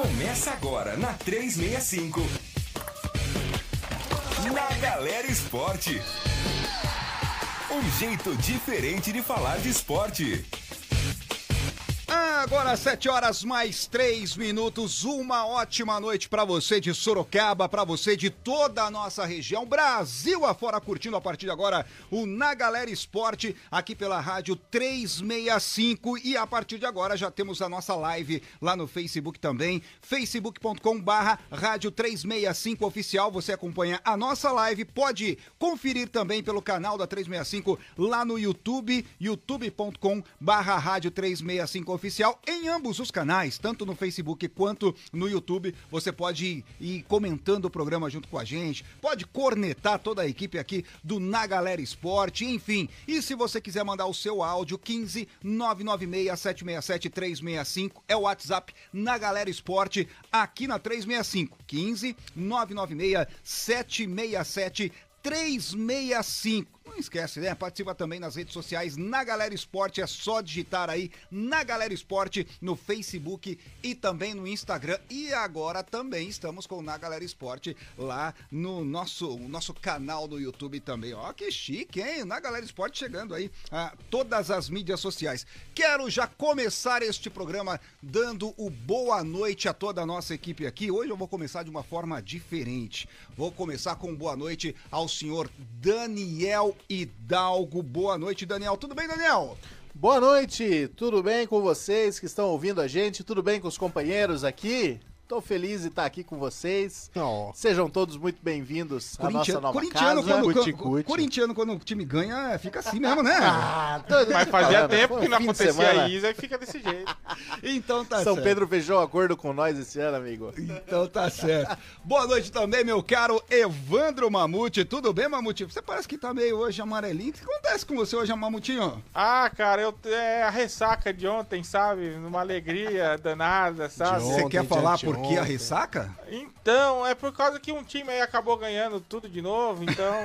Começa agora na 365. Na Galera Esporte. Um jeito diferente de falar de esporte. Agora 7 horas mais 3 minutos, uma ótima noite para você de Sorocaba, para você de toda a nossa região, Brasil afora, curtindo a partir de agora o Na Galera Esporte, aqui pela rádio 365, e a partir de agora já temos a nossa live lá no Facebook também, facebook.com/rádio 365 oficial, você acompanha a nossa live, pode conferir também pelo canal da 365 lá no YouTube, youtube.com/rádio 365 oficial, em ambos os canais, tanto no Facebook quanto no YouTube, você pode ir comentando o programa junto com a gente, pode cornetar toda a equipe aqui do Na Galera Esporte, enfim, e se você quiser mandar o seu áudio, 15 996 767 365 é o WhatsApp Na Galera Esporte, aqui na 365, 15 996 767 365. Não esquece, né? Participa também nas redes sociais Na Galera Esporte, é só digitar aí Na Galera Esporte no Facebook e também no Instagram. E agora também estamos com Na Galera Esporte lá no nosso canal no YouTube também. Ó, que chique, hein? Na Galera Esporte chegando aí a todas as mídias sociais. Quero já começar este programa dando o boa noite a toda a nossa equipe aqui. Hoje eu vou começar de uma forma diferente. Vou começar com boa noite ao senhor Daniel Hidalgo. Boa noite, Daniel. Tudo bem, Daniel? Boa noite, tudo bem com vocês que estão ouvindo a gente? Tudo bem com os companheiros aqui? Tô feliz de estar aqui com vocês. Sejam todos muito bem-vindos à nossa nova casa. Corintiano, quando o time ganha, fica assim mesmo, né? Mas fazia tempo que não acontecia isso, aí fica desse jeito. Então tá São certo. Pedro fechou acordo com nós esse ano, amigo. Então tá certo. Boa noite também, meu caro Evandro Mamute. Tudo bem, Mamute? Você parece que tá meio hoje amarelinho. O que acontece com você hoje, Mamutinho? Ah, cara, é a ressaca de ontem, sabe? Numa alegria danada, sabe? Você quer falar por que a ressaca? Então, é por causa que um time aí acabou ganhando tudo de novo, então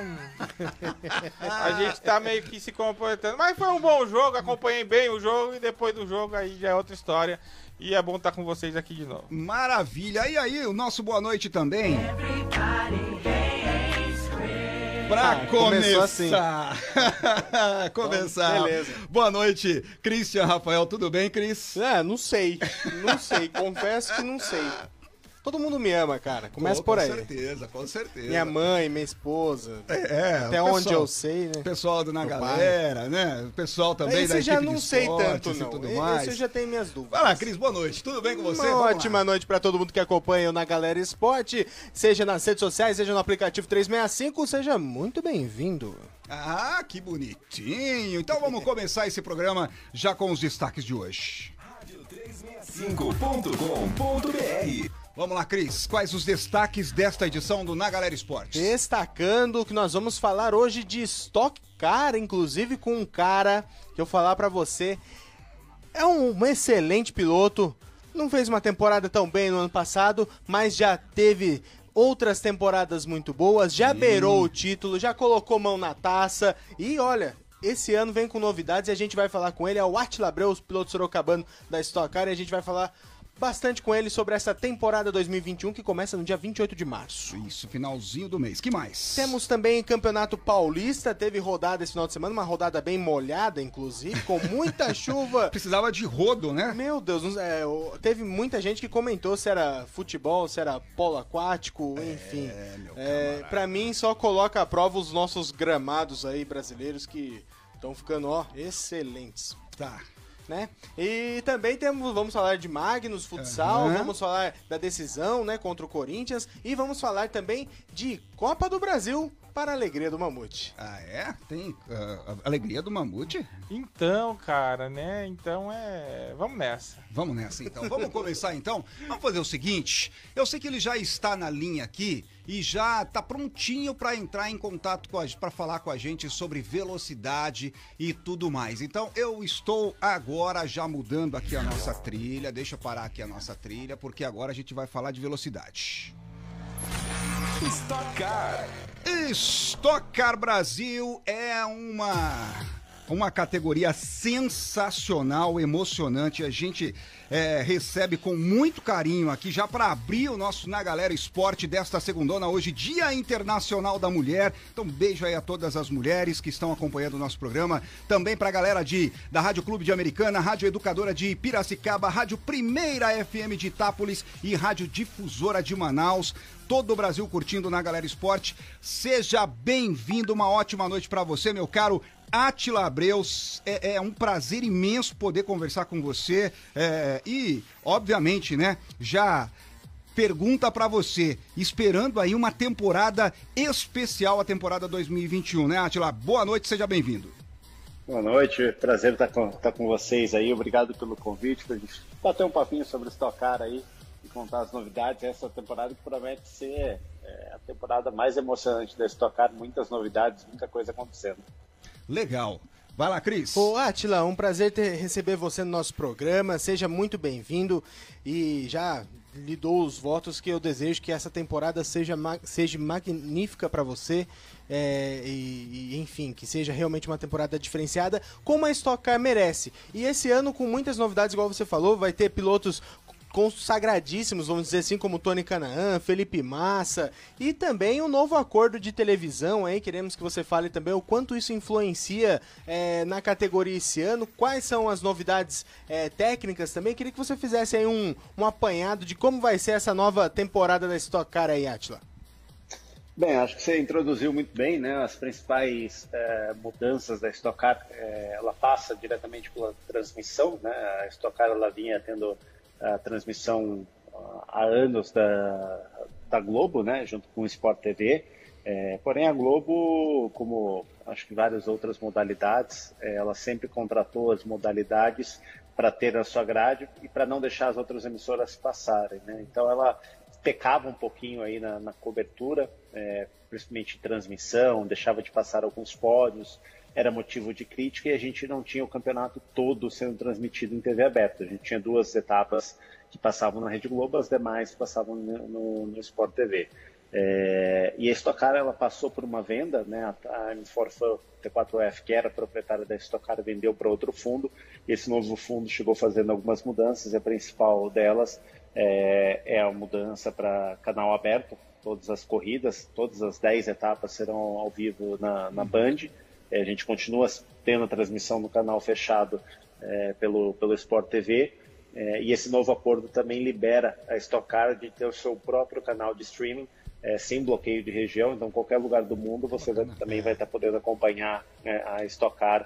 a gente tá meio que se comportando. Mas foi um bom jogo, acompanhei bem o jogo e depois do jogo aí já é outra história. E é bom estar com vocês aqui de novo. Maravilha. E aí, o nosso boa noite também. Pra começar. Assim. Começar. Então, beleza. Boa noite, Christian Rafael. Tudo bem, Cris? Não sei. Confesso que não sei. Todo mundo me ama, cara. Começa por aí. Com certeza. Minha mãe, minha esposa. Até onde eu sei, né? O pessoal do Na Meu Galera, né? O pessoal também da Esse equipe já não de sei esportes tanto, e não. tudo mais. Esse eu já tenho minhas dúvidas. Vai lá, Cris, boa noite. Tudo bem com você? Uma Vamos lá. ótima noite pra todo mundo que acompanha o Na Galera Esporte, seja nas redes sociais, seja no aplicativo 365, seja muito bem-vindo. Ah, que bonitinho. Então vamos começar esse programa já com os destaques de hoje. Rádio365.com.br. Vamos lá, Cris. Quais os destaques desta edição do Na Galera Esportes? Destacando que nós vamos falar hoje de Stock Car, inclusive com um cara que eu falar pra você, é um excelente piloto, não fez uma temporada tão bem no ano passado, mas já teve outras temporadas muito boas, já beirou o título, já colocou mão na taça e olha, esse ano vem com novidades e a gente vai falar com ele, é o Átila Abreu, o piloto sorocabano da Stock Car, e a gente vai falar bastante com ele sobre essa temporada 2021 que começa no dia 28 de março. Isso, finalzinho do mês. Que mais? Temos também Campeonato Paulista, teve rodada esse final de semana, uma rodada bem molhada, inclusive, com muita chuva. Precisava de rodo, né? Meu Deus, teve muita gente que comentou se era futebol, se era polo aquático, enfim. Meu camarada. Pra mim, só coloca à prova os nossos gramados aí brasileiros que estão ficando, excelentes. Tá. Né? E também vamos falar de Magnus Futsal, vamos falar da decisão, né, contra o Corinthians e vamos falar também de Copa do Brasil para a alegria do Mamute. Ah, é? Tem alegria do Mamute? Então, cara, né? Então vamos nessa. Vamos nessa, então. Vamos começar, então? Vamos fazer o seguinte. Eu sei que ele já está na linha aqui e já está prontinho para entrar em contato com a gente, para falar com a gente sobre velocidade e tudo mais. Então, eu estou agora já mudando aqui a nossa trilha. Deixa eu parar aqui a nossa trilha, porque agora a gente vai falar de velocidade. Stock Car. Stock Car Brasil é uma uma categoria sensacional, emocionante. A gente recebe com muito carinho aqui, já para abrir o nosso Na Galera Esporte desta segundona, hoje, Dia Internacional da Mulher. Então, beijo aí a todas as mulheres que estão acompanhando o nosso programa. Também para a galera da Rádio Clube de Americana, Rádio Educadora de Piracicaba, Rádio Primeira FM de Itápolis e Rádio Difusora de Manaus. Todo o Brasil curtindo Na Galera Esporte. Seja bem-vindo, uma ótima noite para você, meu caro Átila Abreu. É um prazer imenso poder conversar com você e, obviamente, né, já pergunta para você, esperando aí uma temporada especial, a temporada 2021, né, Átila? Boa noite, seja bem-vindo. Boa noite, prazer estar com vocês aí, obrigado pelo convite, pra gente bater um papinho sobre o Stock Car aí e contar as novidades. Essa temporada que promete ser a temporada mais emocionante da Stock Car, muitas novidades, muita coisa acontecendo. Legal. Vai lá, Cris. Ô, Átila, um prazer receber você no nosso programa. Seja muito bem-vindo e já lhe dou os votos que eu desejo que essa temporada seja magnífica para você enfim, que seja realmente uma temporada diferenciada, como a Stock Car merece. E esse ano, com muitas novidades, igual você falou, vai ter pilotos consagradíssimos, vamos dizer assim, como Tony Canaan, Felipe Massa e também um novo acordo de televisão aí, queremos que você fale também o quanto isso influencia na categoria esse ano, quais são as novidades técnicas também, queria que você fizesse aí um apanhado de como vai ser essa nova temporada da Stock Car aí, Átila. Bem, acho que você introduziu muito bem, né, as principais mudanças da Stock Car, ela passa diretamente pela transmissão, né, a Stock Car ela vinha tendo a transmissão há anos da Globo, né, junto com o Sport TV, porém a Globo, como acho que várias outras modalidades, ela sempre contratou as modalidades para ter a sua grade e para não deixar as outras emissoras passarem, né, então ela pecava um pouquinho aí na cobertura, principalmente em transmissão, deixava de passar alguns pódios, era motivo de crítica e a gente não tinha o campeonato todo sendo transmitido em TV aberta. A gente tinha 2 etapas que passavam na Rede Globo, as demais passavam no Sport TV. E a Stock Car ela passou por uma venda, né? A M4 T4F, que era proprietária da Stock Car, vendeu para outro fundo. E esse novo fundo chegou fazendo algumas mudanças e a principal delas é a mudança para canal aberto. Todas as corridas, todas as 10 etapas serão ao vivo na Band. A gente continua tendo a transmissão no canal fechado pelo Sport TV e esse novo acordo também libera a Stock Car de ter o seu próprio canal de streaming sem bloqueio de região, então qualquer lugar do mundo você também vai estar podendo acompanhar a Stock Car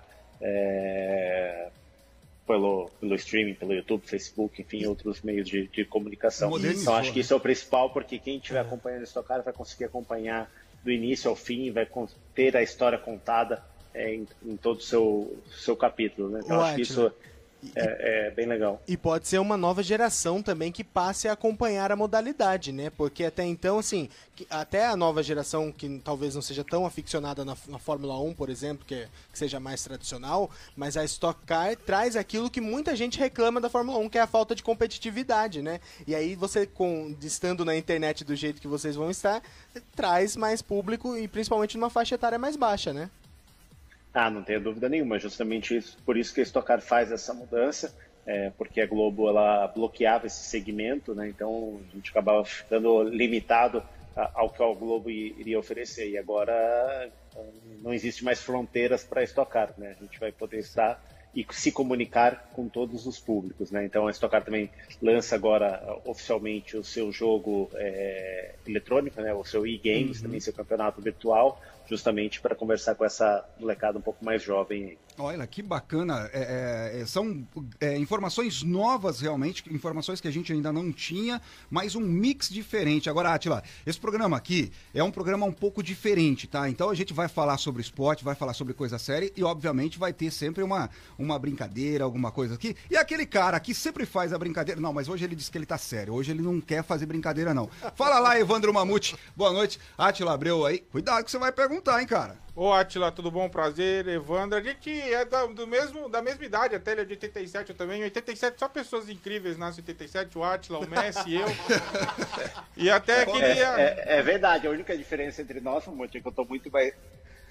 pelo streaming, pelo YouTube, Facebook, enfim, outros meios de comunicação. Então acho que isso é o principal, porque quem estiver acompanhando a Stock Car vai conseguir acompanhar do início ao fim, vai ter a história contada em todo o seu capítulo, né? Então acho que isso é bem legal. E pode ser uma nova geração também que passe a acompanhar a modalidade, né? Porque até então, assim, até a nova geração que talvez não seja tão aficionada na Fórmula 1, por exemplo, que seja mais tradicional, mas a Stock Car traz aquilo que muita gente reclama da Fórmula 1, que é a falta de competitividade, né? E aí você, estando na internet do jeito que vocês vão estar, traz mais público e principalmente numa faixa etária mais baixa, né? Não tenho dúvida nenhuma, justamente por isso que a Stock Car faz essa mudança, porque a Globo ela bloqueava esse segmento, né? Então a gente acabava ficando limitado ao que a Globo iria oferecer, e agora não existe mais fronteiras para a Stock Car, né? A gente vai poder estar e se comunicar com todos os públicos, né? Então a Stock Car também lança agora oficialmente o seu jogo eletrônico, né? O seu e-games, também seu campeonato virtual, justamente para conversar com essa molecada um pouco mais jovem. Olha, que bacana. São informações novas, realmente, informações que a gente ainda não tinha, mas um mix diferente. Agora, Átila, esse programa aqui é um programa um pouco diferente, tá? Então a gente vai falar sobre esporte, vai falar sobre coisa séria e, obviamente, vai ter sempre uma brincadeira, alguma coisa aqui. E aquele cara que sempre faz a brincadeira... Não, mas hoje ele disse que ele tá sério. Hoje ele não quer fazer brincadeira, não. Fala lá, Evandro Mamute. Boa noite. Átila Abreu aí. Cuidado que você vai perguntar, hein, cara? Ô, Átila, tudo bom? Prazer, Evandro. A gente é da mesma idade, até ele é de 87, eu também. Em 87, só pessoas incríveis nascem em 87, o Átila, o Messi, eu. E até queria... É verdade, a única diferença entre nós, Mamute, é que eu tô muito mais...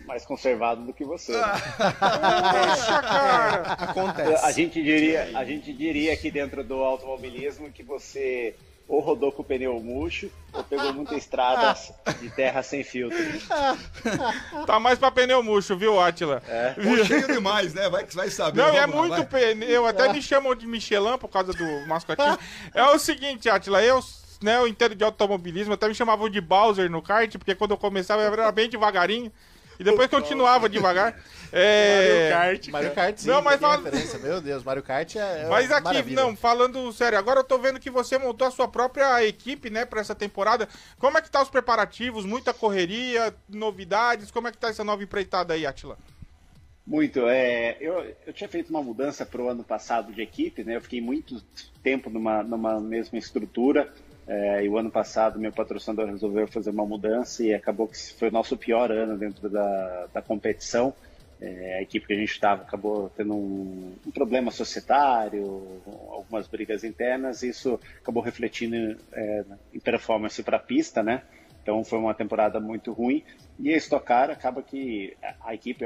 mais conservado do que você. Né? Poxa, cara! Acontece. A gente diria aqui dentro do automobilismo que você ou rodou com o pneu murcho ou pegou muita estrada de terra sem filtro. Tá mais pra pneu murcho, viu, Átila? Ou cheio demais, né? Vai saber. Não, é Vamos lá, muito vai. pneu. Até me chamam de Michelin por causa do mascotinho. É o seguinte, Átila, eu entendo de automobilismo, até me chamavam de Bowser no kart, porque quando eu começava eu era bem devagarinho. E depois continuava devagar. Mario Kart, sim, não, mas tem fala... referência. Meu Deus, Mario Kart é Mas aqui, maravilha. não, falando sério, agora eu tô vendo que você montou a sua própria equipe, né, pra essa temporada. Como é que tá os preparativos? Muita correria, novidades? Como é que tá essa nova empreitada aí, Átila? Muito. Eu tinha feito uma mudança para o ano passado de equipe, né? Eu fiquei muito tempo numa mesma estrutura. E o ano passado meu patrocinador resolveu fazer uma mudança e acabou que foi o nosso pior ano dentro da competição. A equipe que a gente estava acabou tendo um problema societário, algumas brigas internas, e isso acabou refletindo em performance para a pista, né? Então foi uma temporada muito ruim. E a Stock Car acaba que a equipe é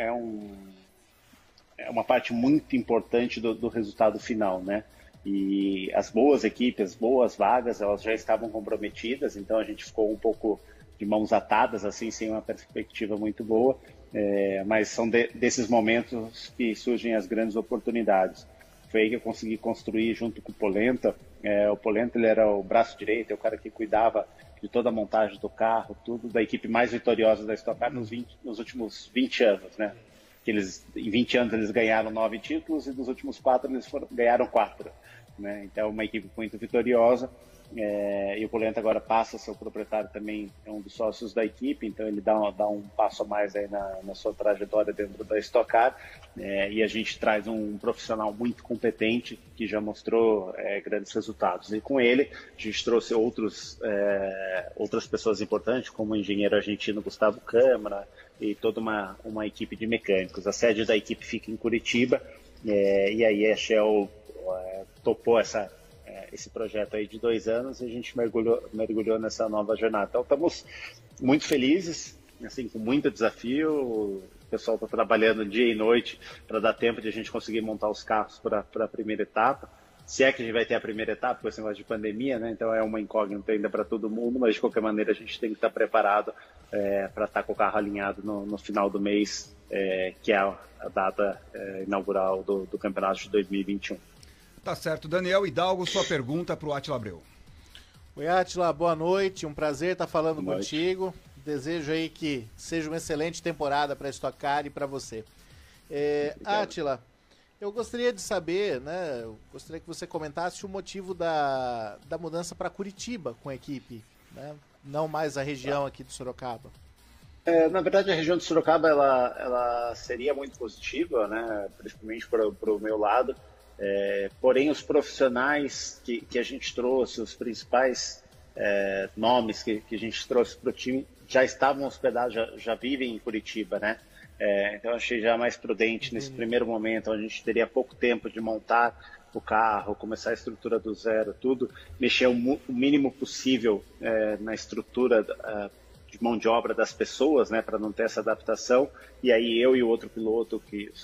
uma parte muito importante do resultado final, né? E as boas equipes, as boas vagas, elas já estavam comprometidas, então a gente ficou um pouco de mãos atadas, assim, sem uma perspectiva muito boa, mas são desses momentos que surgem as grandes oportunidades. Foi aí que eu consegui construir junto com o Polenta. O Polenta, ele era o braço direito, é o cara que cuidava de toda a montagem do carro, tudo, da equipe mais vitoriosa da Stock Car nos últimos 20 anos, né? Que em 20 anos eles ganharam 9 títulos e dos últimos 4 eles ganharam 4. Né? Então é uma equipe muito vitoriosa. E o Polenta agora passa a ser o proprietário também, é um dos sócios da equipe, então ele dá um passo a mais aí na sua trajetória dentro da Stock Car. E a gente traz um profissional muito competente que já mostrou grandes resultados. E com ele a gente trouxe outras pessoas importantes, como o engenheiro argentino Gustavo Câmara e toda uma equipe de mecânicos. A sede da equipe fica em Curitiba, e aí a Shell topou esse projeto aí de 2 anos e a gente mergulhou nessa nova jornada. Então estamos muito felizes, assim, com muito desafio. O pessoal está trabalhando dia e noite para dar tempo de a gente conseguir montar os carros para a primeira etapa. Se é que a gente vai ter a primeira etapa, com esse negócio de pandemia, né? Então é uma incógnita ainda para todo mundo, mas de qualquer maneira a gente tem que estar preparado para estar com o carro alinhado no final do mês, que é a data inaugural do campeonato de 2021. Tá certo. Daniel Hidalgo, sua pergunta para o Átila Abreu. Oi, Átila, boa noite. Um prazer estar falando contigo. Desejo aí que seja uma excelente temporada para a Stock Car e para você. Átila, eu gostaria de saber, né? Eu gostaria que você comentasse o motivo da mudança para Curitiba com a equipe, né? Não mais a região aqui de Sorocaba. Na verdade, a região de Sorocaba ela seria muito positiva, né? Principalmente para o meu lado. Porém, os profissionais que a gente trouxe, os principais nomes que a gente trouxe para o time já estavam hospedados, já vivem em Curitiba, né? Então, eu achei já mais prudente nesse primeiro momento, onde a gente teria pouco tempo de montar o carro, começar a estrutura do zero, tudo, mexer o mínimo possível na estrutura de mão de obra das pessoas, né, para não ter essa adaptação. E aí eu e o outro piloto,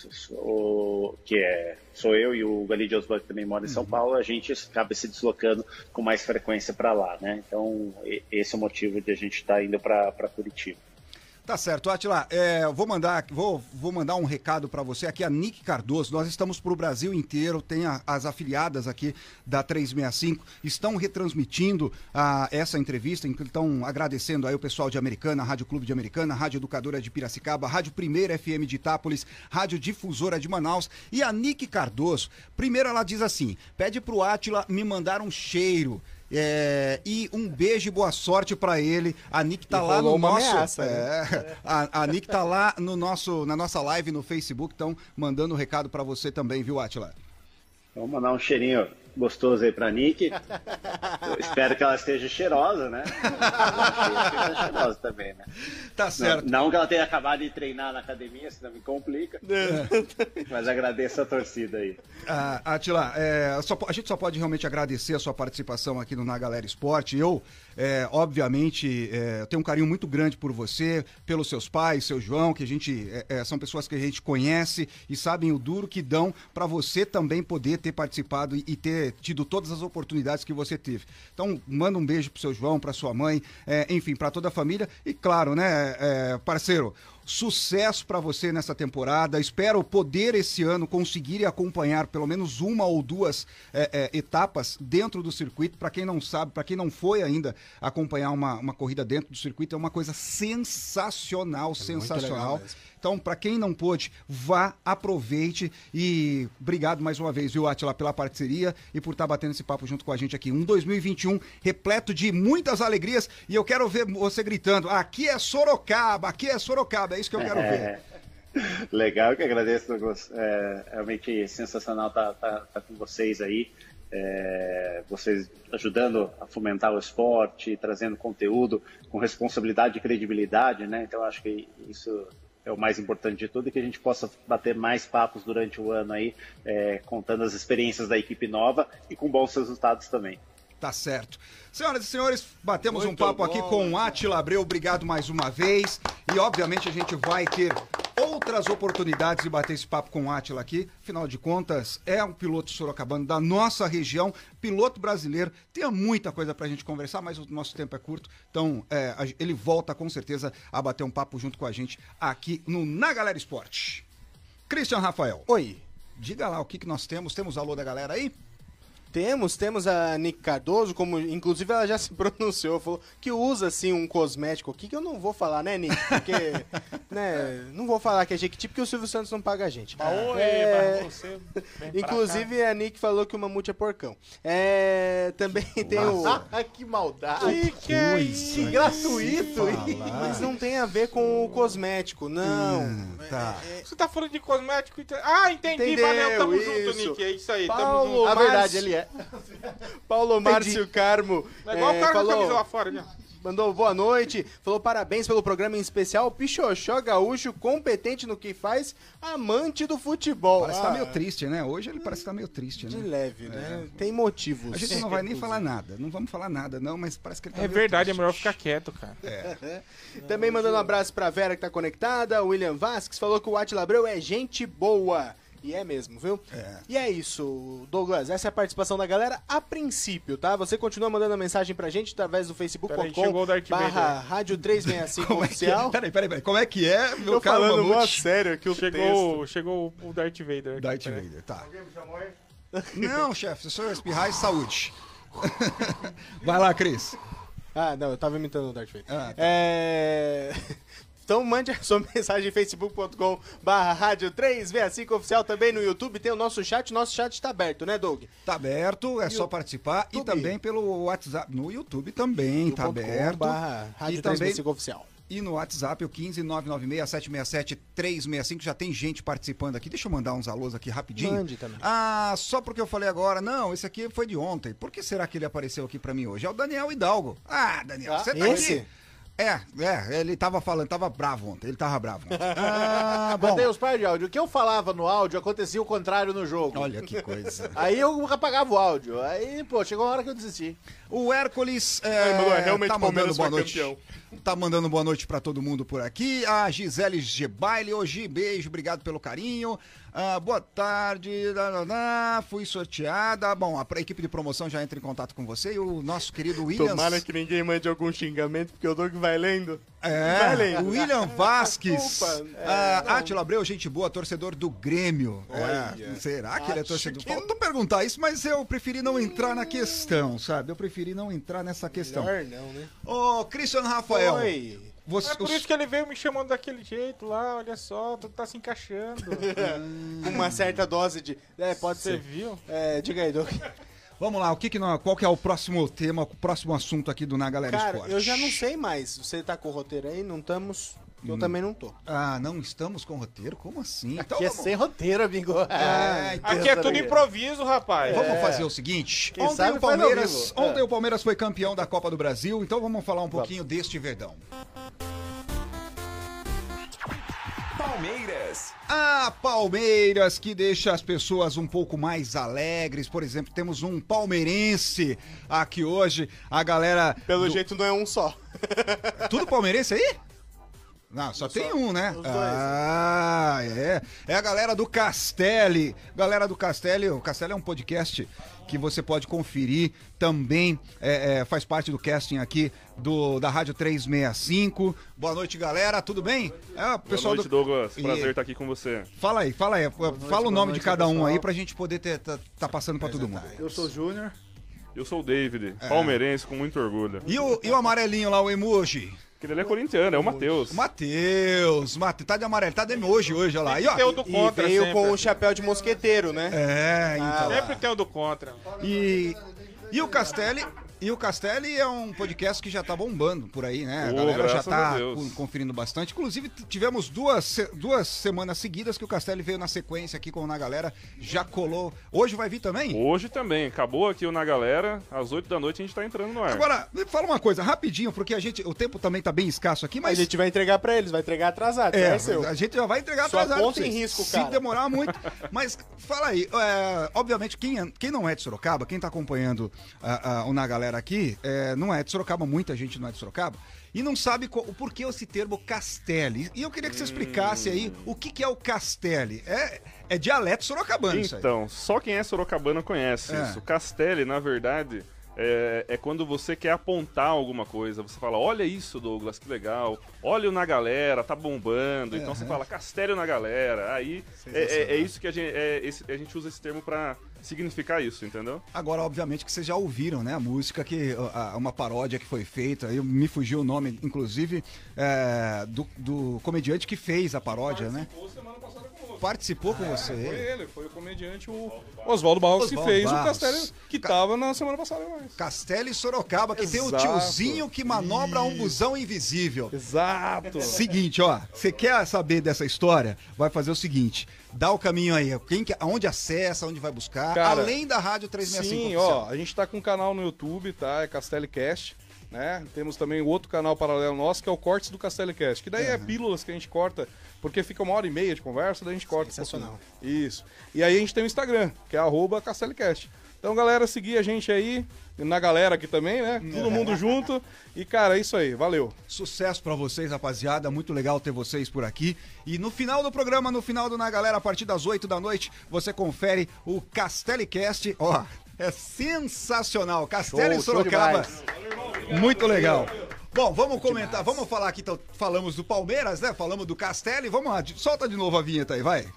sou eu e o Galí de Osborne, que também mora em São Paulo, a gente acaba se deslocando com mais frequência para lá, né? Então esse é o motivo de a gente estar indo para Curitiba. Tá certo, Átila, vou mandar um recado para você aqui, a Nick Cardoso. Nós estamos para o Brasil inteiro, tem as afiliadas aqui da 365, estão retransmitindo essa entrevista, estão agradecendo aí o pessoal de Americana, Rádio Clube de Americana, Rádio Educadora de Piracicaba, Rádio Primeira FM de Itápolis, Rádio Difusora de Manaus. E a Nick Cardoso, primeiro ela diz assim, pede pro Átila me mandar um cheiro. E um beijo e boa sorte pra ele. A Nick tá lá no nosso. Ameaça, né? A Nick tá lá na nossa live no Facebook, então mandando um recado pra você também, viu, Átila? Vamos mandar um cheirinho gostoso aí pra Nick. Eu espero que ela esteja cheirosa, né? Ela esteja cheirosa também, né? Tá certo. Não que ela tenha acabado de treinar na academia, senão me complica. Mas agradeço a torcida aí. Átila, a gente só pode realmente agradecer a sua participação aqui no Na Galera Esporte. Eu, obviamente, tenho um carinho muito grande por você, pelos seus pais, seu João, que a gente são pessoas que a gente conhece e sabem o duro que dão para você também poder ter participado e ter tido todas as oportunidades que você teve. Então, manda um beijo pro seu João, pra sua mãe, enfim, para toda a família. E claro, né, parceiro, sucesso para você nessa temporada. Espero poder esse ano conseguir acompanhar pelo menos uma ou duas etapas dentro do circuito. Para quem não sabe, para quem não foi ainda acompanhar uma corrida dentro do circuito, é uma coisa sensacional, sensacional. Então, para quem não pôde, vá, aproveite e obrigado mais uma vez, viu, Átila, pela parceria e por estar batendo esse papo junto com a gente aqui. Um 2021 repleto de muitas alegrias e eu quero ver você gritando, aqui é Sorocaba, é isso que eu quero ver. Legal, que agradeço, realmente sensacional estar com vocês aí. Vocês ajudando a fomentar o esporte, trazendo conteúdo com responsabilidade e credibilidade, né? Então acho que isso é o mais importante de tudo, e que a gente possa bater mais papos durante o ano aí, contando as experiências da equipe nova e com bons resultados também. Tá certo. Senhoras e senhores, batemos um papo aqui com o Átila Abreu, obrigado mais uma vez. E obviamente a gente vai ter outras oportunidades de bater esse papo com o Átila aqui. Afinal de contas, é um piloto sorocabano da nossa região, piloto brasileiro. Tem muita coisa pra gente conversar, mas o nosso tempo é curto. Então, ele volta com certeza a bater um papo junto com a gente aqui no Na Galera Esporte. Christian Rafael. Oi. Diga lá o que nós temos. Temos alô da galera aí? Temos a Nick Cardoso, como inclusive ela já se pronunciou, falou que usa assim um cosmético aqui, que eu não vou falar, né, Nick? Porque, né, não vou falar que é Jequiti, porque o Silvio Santos não paga a gente. Você inclusive a Nick falou que o mamute é porcão. Também tem o... Que maldade. Que é isso? Que gratuito. Mas não tem a ver com o cosmético, não. Tá. Você tá falando de cosmético? Entendi. Entendeu, Valeu, tamo isso. junto, Nick. É isso aí, tamo Paulo junto. Na verdade, ele é. Paulo Márcio Carmo É igual o cara com a camisa falou... lá fora, né? Mandou boa noite, falou parabéns pelo programa em especial, Pichoxó gaúcho, competente no que faz, amante do futebol. Parece que tá meio triste, né? Hoje ele parece que tá meio triste, De né? leve, né? Tem motivos. A gente não vai nem falar nada, não vamos falar nada, não, mas parece que ele tá meio verdade, triste. é melhor ficar quieto, cara. Também mandando um abraço pra Vera que tá conectada, o William Vasques falou que o Átila Abreu é gente boa. E é mesmo, viu? E é isso, Douglas. Essa é a participação da galera a princípio, tá? Você continua mandando a mensagem pra gente através do facebook.com/rádio 365 oficial. Peraí. Como é que é, meu Tô caro falando mó Mamute? sério aqui o Chegou o Darth Vader aqui. Darth Vader, tá. Não, chefe, se o senhor espirrar, é saúde. Vai lá, Cris. Não, eu tava imitando o Darth Vader. Tá. Então mande a sua mensagem em facebook.com/rádio 365 oficial, também no YouTube tem o nosso chat tá aberto, né, Doug? Tá aberto, é só participar. E também pelo WhatsApp, no YouTube também tá aberto. Rádio E 365 oficial. E no WhatsApp, o 15996-767-365, já tem gente participando aqui. Deixa eu mandar uns alôs aqui rapidinho. Mande também. Só porque eu falei agora, não, esse aqui foi de ontem. Por que será que ele apareceu aqui pra mim hoje? É o Daniel Hidalgo. Daniel, você tá esse? aqui? Ele tava bravo ontem, bom. Mandei os par de áudio. O que eu falava no áudio acontecia o contrário no jogo. Olha que coisa. Aí eu apagava o áudio. Aí, chegou uma hora que eu desisti. O Hércules realmente tá o mandando Palmeiras boa foi noite. campeão. Tá mandando boa noite pra todo mundo por aqui. A Gisele Gebaile, hoje, beijo, obrigado pelo carinho. Boa tarde, fui sorteada. Bom, a equipe de promoção já entra em contato com você e o nosso querido William. Tomara que ninguém mande algum xingamento, porque o Doug vai lendo. Vai lendo. O William Vasques. Desculpa. Átila Abreu, gente boa, torcedor do Grêmio. Será que ele é torcedor? Faltou perguntar isso, mas eu preferi não entrar na questão, sabe? Eu preferi não entrar nessa questão. Melhor não, né? Ô, Christian Rafael. Oi. É por isso que ele veio me chamando daquele jeito lá, olha só, tu tá se encaixando. Uma certa dose de... pode Você ser. viu? Diga aí, Doug. Vamos lá, qual que é o próximo tema, o próximo assunto aqui do Na Galera Cara, Esporte? eu já não sei mais. Você tá com o roteiro aí? Não estamos... Eu também não tô. Ah, não estamos com roteiro? Como assim? Então, Aqui é sem roteiro, amigo. Aqui é tudo improviso, rapaz. Vamos fazer o seguinte. Quem sabe o faz ao Palmeiras, vivo. ontem o Palmeiras foi campeão da Copa do Brasil, então vamos falar um pouquinho deste Verdão. Palmeiras. Ah, Palmeiras, que deixa as pessoas um pouco mais alegres. Por exemplo, temos um palmeirense aqui hoje. A galera... Pelo jeito não é um só. Tudo palmeirense aí? Não, só tem um, né? os dois, Ah, é. É a galera do Castelli. Galera do Castelli, o Castelli é um podcast que você pode conferir também. Faz parte do casting aqui da Rádio 365. Boa noite, galera. Tudo bem? Boa noite, Douglas. Prazer estar aqui com você. Fala aí. Fala o nome de cada um aí pra gente poder tá passando pra todo mundo. Eu sou o Júnior. Eu sou o David, palmeirense, com muito orgulho. E o amarelinho lá, o emoji? Porque ele é corintiano, é o Matheus. Matheus, tá de amarelo, tá de emoji hoje, olha lá. Tem o do E contra veio sempre. com o chapéu de mosqueteiro, né? Então. Sempre tem o do contra. E o Castelli é um podcast que já tá bombando por aí, né? A Oh, galera já graças tá a Deus. conferindo bastante. Inclusive, tivemos duas semanas seguidas que o Castelli veio na sequência aqui com Na Galera, já colou. Hoje vai vir também? Hoje também. Acabou aqui o Na Galera, às 8 da noite a gente tá entrando no ar. Agora, me fala uma coisa, rapidinho, porque o tempo também tá bem escasso aqui, A mas... gente vai entregar pra eles, vai entregar atrasado. É seu. a gente já vai entregar Sua atrasado. conta pra em vocês, risco, se cara. demorar muito. Mas fala aí, obviamente, quem não é de Sorocaba, quem tá acompanhando o Na Galera aqui, não é de Sorocaba, muita gente não é de Sorocaba, e não sabe o porquê esse termo Castelli. E eu queria que você explicasse aí o que é o Castelli. É dialeto sorocabano isso aí. Então, só quem é sorocabano conhece isso. Castelli, na verdade, é quando você quer apontar alguma coisa. Você fala, olha isso, Douglas, que legal. Olha o Na Galera, tá bombando. Então você fala, Castelli Na Galera. Aí é isso que a gente usa esse termo pra significar isso, entendeu? Agora, obviamente, que vocês já ouviram, né? A música, uma paródia que foi feita. Eu me fugiu o nome, inclusive, do comediante que fez a paródia, né? Semana passada conosco. Participou com você. Foi ele, foi o comediante, o Oswaldo Barros, que Oswaldo fez Barros. o Castelli, que tava na semana passada. Castelli Sorocaba, que tem o Exato. tiozinho que manobra um busão invisível. Exato. Seguinte, ó, você quer saber dessa história? Vai fazer o seguinte, dá o caminho aí, aonde acessa, onde vai buscar, Cara, além da Rádio 365 Sim, oficial. ó, a gente tá com um canal no YouTube, tá? É CastelliCast, né? Temos também o outro canal paralelo nosso, que é o Cortes do CastelliCast, que daí é pílulas que a gente corta, porque fica 1h30 de conversa, daí a gente corta. Sensacional. Isso. E aí a gente tem o Instagram, que é @CastelliCast. Então, galera, seguir a gente aí, na galera aqui também, né? Todo mundo junto. E, cara, é isso aí. Valeu. Sucesso pra vocês, rapaziada. Muito legal ter vocês por aqui. E no final do programa, no final do Na Galera, a partir das 8 da noite, você confere o CastelliCast. Ó, é sensacional. Castelli Show de Sorocaba. demais. Muito legal. Bom, vamos comentar. Vamos falar aqui. Então, falamos do Palmeiras, né? Falamos do Castelli. Vamos lá. Solta de novo a vinheta aí, vai.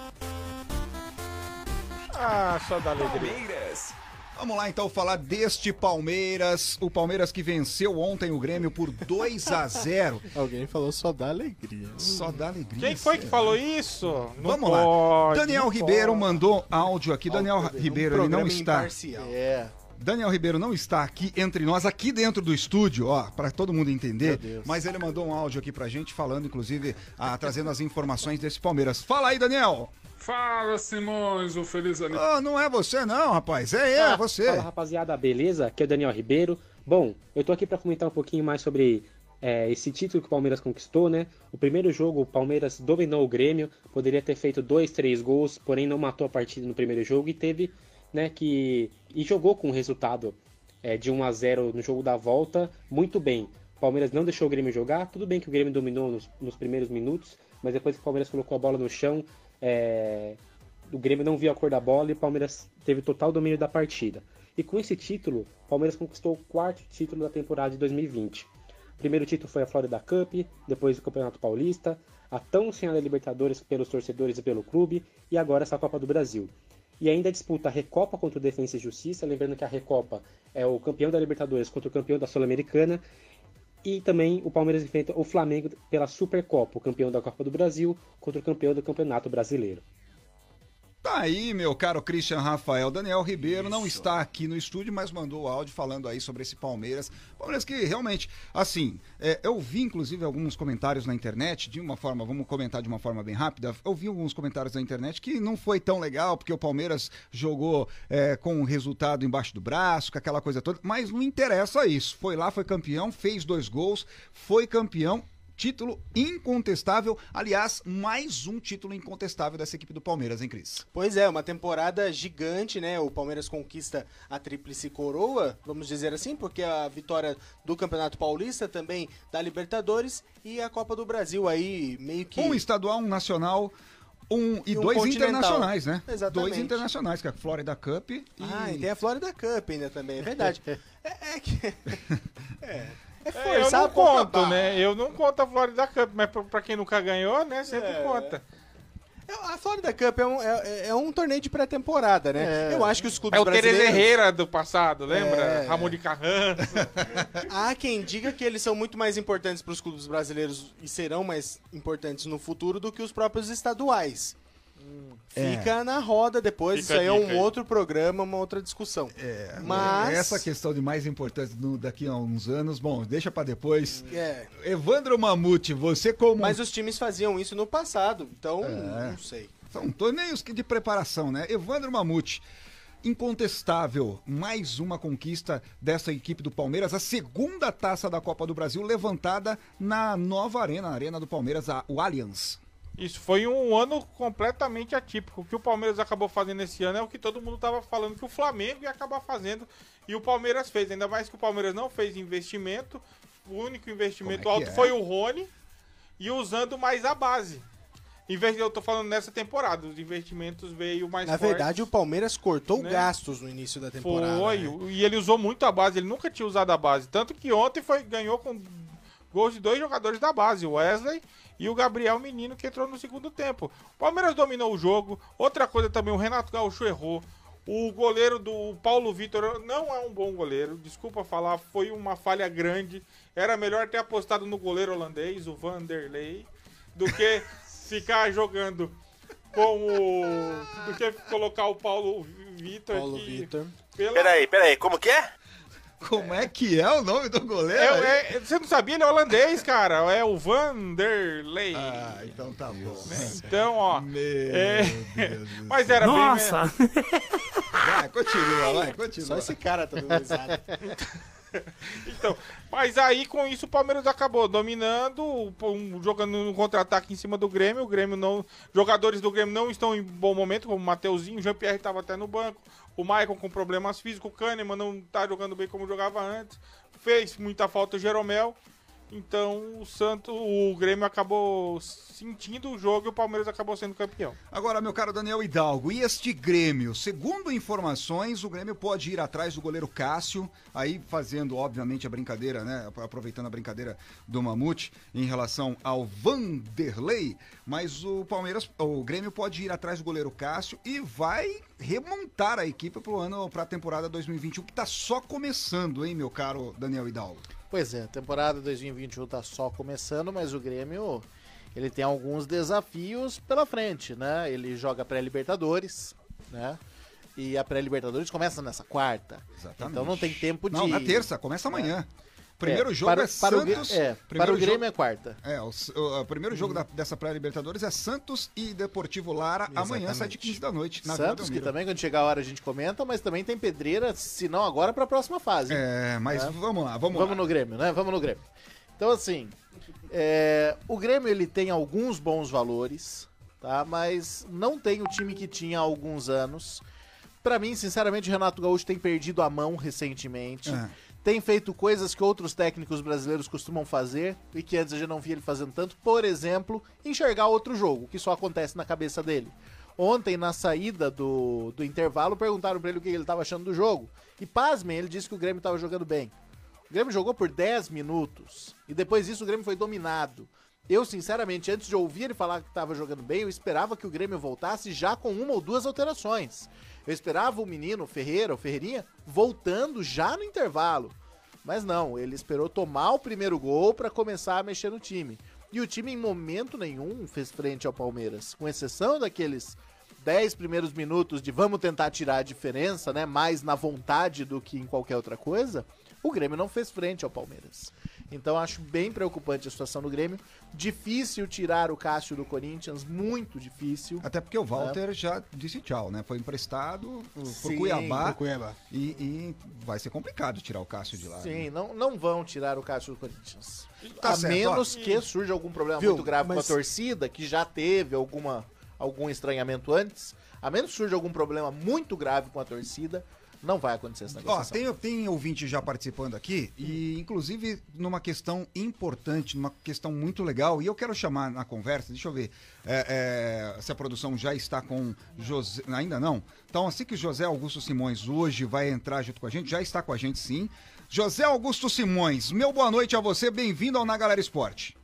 Ah, só dá alegria. Palmeiras. Vamos lá então falar deste Palmeiras, o Palmeiras que venceu ontem o Grêmio por 2-0. Alguém falou só dá alegria. Só dá alegria. Quem foi que falou isso? Não Vamos lá. pode, Daniel não Ribeiro pode. mandou áudio aqui. Daniel Ribeiro, ele não está. Imparcial. Daniel Ribeiro não está aqui entre nós, aqui dentro do estúdio, ó, para todo mundo entender. Mas ele mandou um áudio aqui pra gente, falando, inclusive, trazendo as informações desse Palmeiras. Fala aí, Daniel. Fala, Simões, o feliz ali. Oh, não é você não, rapaz. É você. Fala, rapaziada, beleza? Aqui é o Daniel Ribeiro. Bom, eu tô aqui pra comentar um pouquinho mais sobre esse título que o Palmeiras conquistou, né? O primeiro jogo, o Palmeiras dominou o Grêmio, poderia ter feito 2, 3 gols, porém não matou a partida no primeiro jogo e teve, né, e jogou com o resultado de 1-0 no jogo da volta muito bem. O Palmeiras não deixou o Grêmio jogar, tudo bem que o Grêmio dominou nos primeiros minutos, mas depois que o Palmeiras colocou a bola no chão, o Grêmio não viu a cor da bola e o Palmeiras teve total domínio da partida. E com esse título, o Palmeiras conquistou o 4º título da temporada de 2020. O primeiro título foi a Florida Cup, depois o Campeonato Paulista, a tão sonhada Libertadores pelos torcedores e pelo clube, e agora essa Copa do Brasil. E ainda disputa a Recopa contra o Defensa e Justiça, lembrando que a Recopa é o campeão da Libertadores contra o campeão da Sul-Americana, e também o Palmeiras enfrenta o Flamengo pela Supercopa, o campeão da Copa do Brasil contra o campeão do Campeonato Brasileiro. Tá aí, meu caro Christian Rafael. Daniel Ribeiro não está aqui no estúdio, mas mandou o áudio falando aí sobre esse Palmeiras. Palmeiras que realmente, assim, eu vi inclusive alguns comentários na internet, de uma forma, vamos comentar de uma forma bem rápida, eu vi alguns comentários na internet que não foi tão legal, porque o Palmeiras jogou com o resultado embaixo do braço, com aquela coisa toda, mas não interessa isso. Foi lá, foi campeão, fez 2 gols, foi campeão. Título incontestável, aliás, mais um título incontestável dessa equipe do Palmeiras, hein, Cris? Pois é, uma temporada gigante, né? O Palmeiras conquista a tríplice coroa, vamos dizer assim, porque a vitória do Campeonato Paulista, também da Libertadores e a Copa do Brasil aí, meio que... Um estadual, um nacional... E 2 internacionais, né? Exatamente. 2 internacionais, que é a Florida Cup e tem a Florida Cup ainda também, é verdade. Eu não conto, né? Eu não conto a Florida Cup, mas pra quem nunca ganhou, né? Sempre conta. A Florida Cup é um torneio de pré-temporada, né? Eu acho que os clubes brasileiros... brasileiros... Tereza Herrera do passado, lembra? Ramon de Carranza. Há quem diga que eles são muito mais importantes para os clubes brasileiros e serão mais importantes no futuro do que os próprios estaduais. Fica na roda depois, isso aí é um outro programa, uma outra discussão. Mas... Essa questão de mais importante daqui a uns anos, bom, deixa pra depois. Evandro Mamute, você como... Mas os times faziam isso no passado, então não sei. São torneios de preparação, né? Evandro Mamute, incontestável, mais uma conquista dessa equipe do Palmeiras, a segunda taça da Copa do Brasil levantada na nova arena, a arena do Palmeiras, o Allianz. Isso foi um ano completamente atípico. O que o Palmeiras acabou fazendo esse ano é o que todo mundo estava falando que o Flamengo ia acabar fazendo e o Palmeiras fez. Ainda mais que o Palmeiras não fez investimento. O único investimento alto foi o Rony e usando mais a base. Eu tô falando nessa temporada, os investimentos veio mais fortes. Na verdade, o Palmeiras cortou gastos no início da temporada. Foi, e ele usou muito a base, ele nunca tinha usado a base. Tanto que ontem ganhou com gols de 2 jogadores da base, o Wesley e o Gabriel Menino, que entrou no segundo tempo. O Palmeiras dominou o jogo. Outra coisa também, o Renato Gaúcho errou. O goleiro do Paulo Vitor não é um bom goleiro, desculpa falar, foi uma falha grande. Era melhor ter apostado no goleiro holandês, o Vanderlei, do que ficar jogando do que colocar o Paulo Vitor aqui. Peraí, como que é? Como é que é o nome do goleiro? Você não sabia? Ele é holandês, cara. É o Vanderlei. Então tá bom. Então, ó. Meu Deus. Mas era Nossa! bem... Vai, continua. Só esse cara tá dando risada. Então, mas aí com isso o Palmeiras acabou dominando, jogando no contra-ataque em cima do Grêmio. O Grêmio não, jogadores do Grêmio não estão em bom momento, como o Mateuzinho, o Jean-Pierre estava até no banco, o Maicon com problemas físicos, o Kahneman não tá jogando bem como jogava antes, fez muita falta o Jeromel. Então o Grêmio acabou sentindo o jogo e o Palmeiras acabou sendo campeão. Agora, meu caro Daniel Hidalgo, e este Grêmio? Segundo informações, o Grêmio pode ir atrás do goleiro Cássio, aí fazendo, obviamente, a brincadeira, né? Aproveitando a brincadeira do Mamute em relação ao Vanderlei, mas o Grêmio pode ir atrás do goleiro Cássio e vai remontar a equipe para a temporada 2021, que está só começando, hein, meu caro Daniel Hidalgo? Pois é, a temporada 2021 tá só começando, mas o Grêmio, ele tem alguns desafios pela frente, né? Ele joga pré-Libertadores, né? E a pré-Libertadores começa nessa quarta. Exatamente. Então não tem tempo de... Não, na terça, começa amanhã. Primeiro jogo é Santos... Para o Grêmio é quarta. O primeiro jogo dessa pré-Libertadores é Santos e Deportivo Lara, amanhã, 7h15 da noite. Na Santos, que também quando chegar a hora a gente comenta, mas também tem pedreira, se não agora, para a próxima fase. Mas vamos lá. Vamos no Grêmio, né? Vamos no Grêmio. Então, assim, o Grêmio ele tem alguns bons valores, tá? Mas não tem o time que tinha há alguns anos. Para mim, sinceramente, o Renato Gaúcho tem perdido a mão recentemente. Tem feito coisas que outros técnicos brasileiros costumam fazer e que antes eu já não via ele fazendo tanto. Por exemplo, enxergar outro jogo, que só acontece na cabeça dele. Ontem, na saída do intervalo, perguntaram pra ele o que ele estava achando do jogo. E pasmem, ele disse que o Grêmio estava jogando bem. O Grêmio jogou por 10 minutos e depois disso o Grêmio foi dominado. Eu, sinceramente, antes de ouvir ele falar que estava jogando bem, eu esperava que o Grêmio voltasse já com 1 ou 2 alterações. Eu esperava o menino, o Ferreirinha, voltando já no intervalo. Mas não, ele esperou tomar o primeiro gol para começar a mexer no time. E o time em momento nenhum fez frente ao Palmeiras, com exceção daqueles 10 primeiros minutos de vamos tentar tirar a diferença, né? Mais na vontade do que em qualquer outra coisa, o Grêmio não fez frente ao Palmeiras. Então acho bem preocupante a situação do Grêmio. Difícil tirar o Cássio do Corinthians, muito difícil. Até porque o Walter já disse tchau, né? Foi emprestado pro Cuiabá. E vai ser complicado tirar o Cássio de lá. Sim, né? não vão tirar o Cássio do Corinthians. Tá a certo, menos que surja algum problema muito grave com a torcida, que já teve algum estranhamento antes. A menos que surja algum problema muito grave com a torcida, não vai acontecer essa negociação. Tem ouvinte já participando aqui, e inclusive numa questão importante, numa questão muito legal, e eu quero chamar na conversa, deixa eu ver se a produção já está com José, ainda não? Então assim que José Augusto Simões hoje vai entrar junto com a gente, já está com a gente sim. José Augusto Simões, meu boa noite a você, bem-vindo ao Na Galera Esporte.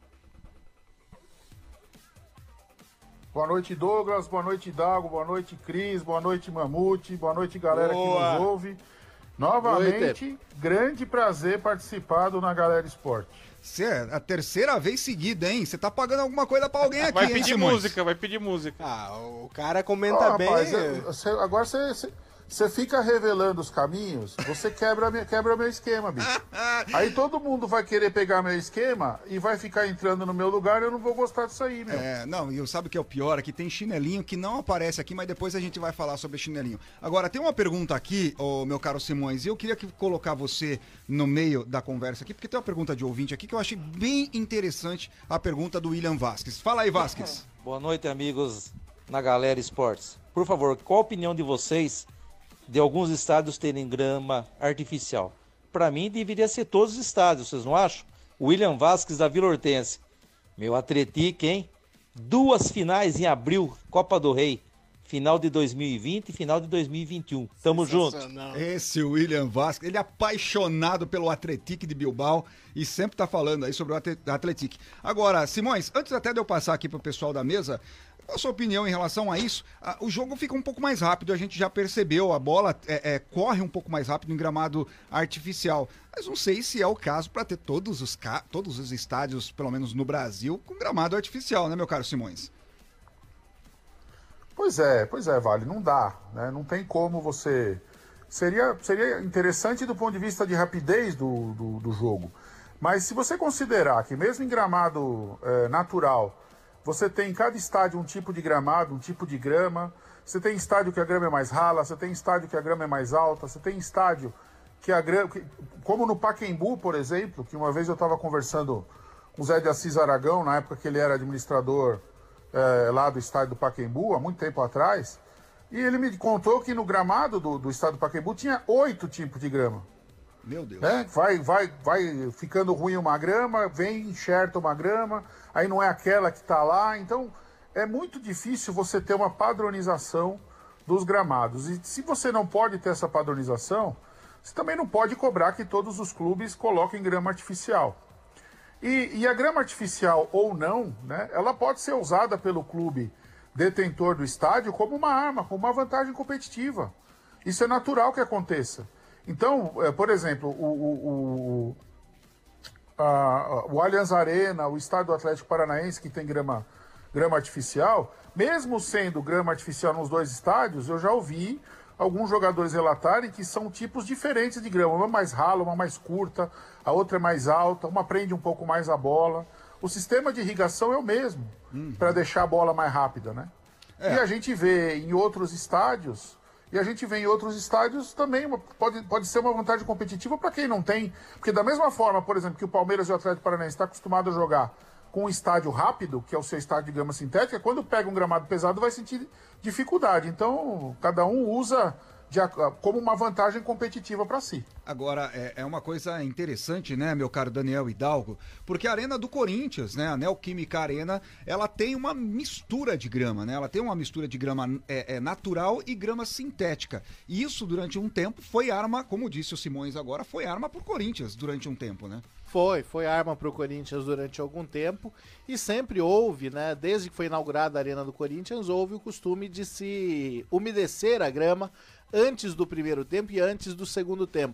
Boa noite, Douglas. Boa noite, Dago. Boa noite, Cris. Boa noite, Mamute. Boa noite, galera que nos ouve. Novamente, grande prazer participar do Na Galera Esporte. Você é a terceira vez seguida, hein? Você tá pagando alguma coisa pra alguém aqui, vai hein, pedir Simões? música, vai pedir música. Ah, o cara comenta bem. Rapaz, agora você fica revelando os caminhos, você quebra meu esquema, bicho. Aí todo mundo vai querer pegar meu esquema e vai ficar entrando no meu lugar e eu não vou gostar disso aí, meu. Não, e sabe o que é o pior? É que tem chinelinho que não aparece aqui, mas depois a gente vai falar sobre chinelinho. Agora, tem uma pergunta aqui, meu caro Simões, e eu queria colocar você no meio da conversa aqui, porque tem uma pergunta de ouvinte aqui que eu achei bem interessante, a pergunta do William Vasquez. Fala aí, Vasquez. Boa noite, amigos na Galera Esportes. Por favor, qual a opinião de vocês de alguns estádios terem grama artificial? Para mim, deveria ser todos os estádios, vocês não acham? William Vasquez, da Vila Hortência. Meu Atlético, hein? 2 finais em abril, Copa do Rei. Final de 2020 e final de 2021. Tamo junto. Esse William Vasquez, ele é apaixonado pelo Atlético de Bilbao e sempre tá falando aí sobre o Atlético. Agora, Simões, antes até de eu passar aqui pro pessoal da mesa, qual a sua opinião em relação a isso? O jogo fica um pouco mais rápido, a gente já percebeu, a bola corre um pouco mais rápido em gramado artificial. Mas não sei se é o caso para ter todos os estádios, pelo menos no Brasil, com gramado artificial, né, meu caro Simões? Pois é, Vale, não dá, né? Não tem como você... Seria interessante do ponto de vista de rapidez do jogo. Mas se você considerar que mesmo em gramado natural, você tem em cada estádio um tipo de gramado, um tipo de grama, você tem estádio que a grama é mais rala, você tem estádio que a grama é mais alta, você tem estádio que a grama... Como no Pacaembu, por exemplo, que uma vez eu estava conversando com o Zé de Assis Aragão, na época que ele era administrador lá do estádio do Pacaembu, há muito tempo atrás, e ele me contou que no gramado do estádio do Pacaembu tinha 8 tipos de grama. Meu Deus. Né? Vai ficando ruim uma grama, vem, enxerta uma grama, aí não é aquela que está lá. Então, é muito difícil você ter uma padronização dos gramados. E se você não pode ter essa padronização, você também não pode cobrar que todos os clubes coloquem grama artificial. E a grama artificial ou não, né, ela pode ser usada pelo clube detentor do estádio como uma arma, como uma vantagem competitiva. Isso é natural que aconteça. Então, por exemplo, o Allianz Arena, o estádio do Atlético Paranaense, que tem grama artificial, mesmo sendo grama artificial nos dois estádios, eu já ouvi alguns jogadores relatarem que são tipos diferentes de grama. Uma mais rala, uma mais curta, a outra é mais alta, uma prende um pouco mais a bola. O sistema de irrigação é o mesmo, para deixar a bola mais rápida, né? E a gente vê em outros estádios... também pode ser uma vantagem competitiva para quem não tem. Porque da mesma forma, por exemplo, que o Palmeiras e o Atlético Paranaense estão acostumados a jogar com um estádio rápido, que é o seu estádio de grama sintética, quando pega um gramado pesado vai sentir dificuldade. Então, cada um usa como uma vantagem competitiva para si. Agora, é uma coisa interessante, né, meu caro Daniel Hidalgo, porque a Arena do Corinthians, né, a Neoquímica Arena, ela tem uma mistura de grama, né, ela tem uma mistura de grama natural e grama sintética. E isso, durante um tempo, foi arma, como disse o Simões agora, foi arma pro Corinthians durante um tempo, né? Foi arma pro Corinthians durante algum tempo e sempre houve, né, desde que foi inaugurada a Arena do Corinthians, houve o costume de se umedecer a grama antes do primeiro tempo e antes do segundo tempo.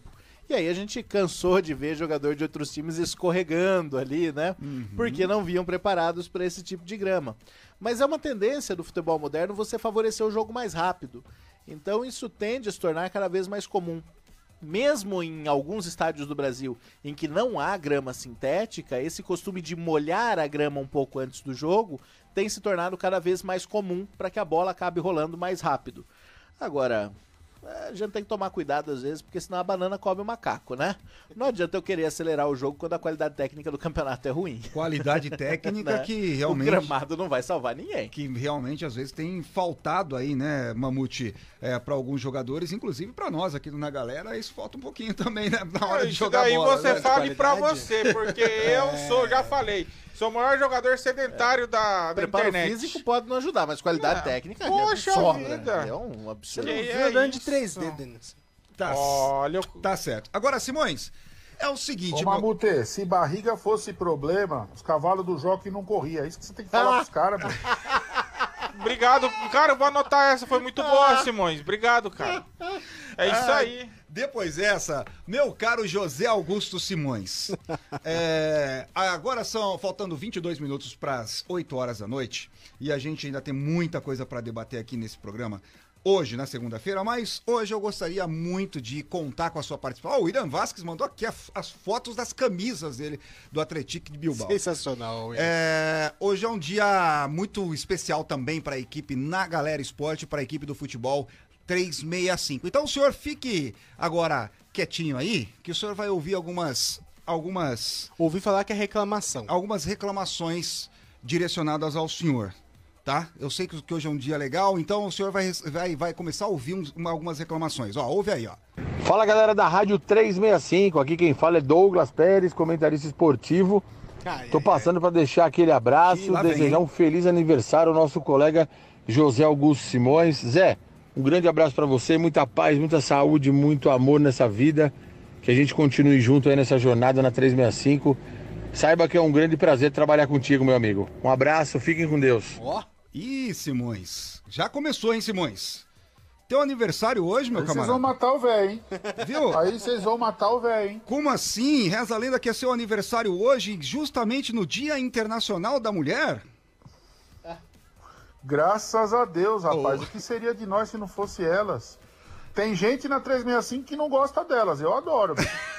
E aí a gente cansou de ver jogador de outros times escorregando ali, né? Porque não vinham preparados para esse tipo de grama. Mas é uma tendência do futebol moderno você favorecer o jogo mais rápido. Então isso tende a se tornar cada vez mais comum. Mesmo em alguns estádios do Brasil em que não há grama sintética, esse costume de molhar a grama um pouco antes do jogo tem se tornado cada vez mais comum para que a bola acabe rolando mais rápido. Agora, a gente tem que tomar cuidado às vezes, porque senão a banana come o macaco, né? Não adianta eu querer acelerar o jogo quando a qualidade técnica do campeonato é ruim. Qualidade técnica né? que realmente... O gramado não vai salvar ninguém. Que realmente, às vezes, tem faltado aí, né, Mamute, para alguns jogadores, inclusive para nós aqui Na Galera, isso falta um pouquinho também, né, na hora de jogar daí bola. Você né? fale pra você, porque eu já falei, sou o maior jogador sedentário da Preparo internet. físico pode não ajudar, mas qualidade técnica poxa sobra. vida. É um absurdo. Andando de 3D, Denis. Olha, tá certo. Agora, Simões, é o seguinte... Ô, Mamute, se barriga fosse problema, os cavalos do jockey não corriam. É isso que você tem que falar pros caras, meu. Obrigado. Cara, eu vou anotar essa. Foi muito boa, Simões. Obrigado, cara. É isso aí. Depois dessa, meu caro José Augusto Simões. Agora faltando 22 minutos para as 8 horas da noite. E a gente ainda tem muita coisa para debater aqui nesse programa. Hoje, na segunda-feira, mas hoje eu gostaria muito de contar com a sua participação. O William Vasquez mandou aqui as fotos das camisas dele, do Atlético de Bilbao. Sensacional. Hoje é um dia muito especial também para a equipe Na Galera Esporte, para a equipe do futebol 365. Então o senhor fique agora quietinho aí, que o senhor vai ouvir algumas... Ouvi falar que é reclamação. Algumas reclamações direcionadas ao senhor. Tá? Eu sei que hoje é um dia legal, então o senhor vai começar a ouvir algumas reclamações. Ó, ouve aí, ó. Fala, galera da Rádio 365, aqui quem fala é Douglas Pérez, comentarista esportivo. Tô passando para deixar aquele abraço, desejar um feliz aniversário ao nosso colega José Augusto Simões. Zé, um grande abraço para você, muita paz, muita saúde, muito amor nessa vida, que a gente continue junto aí nessa jornada na 365. Saiba que é um grande prazer trabalhar contigo, meu amigo. Um abraço, fiquem com Deus. Ó. Ih, Simões, já começou, hein, Simões? Teu aniversário hoje, meu camarada? Vocês vão matar o velho, hein? Viu? Aí vocês vão matar o velho, hein? Como assim? Reza a lenda que é seu aniversário hoje, justamente no Dia Internacional da Mulher? Graças a Deus, rapaz. O que seria de nós se não fosse elas? Tem gente na 365 que não gosta delas, eu adoro.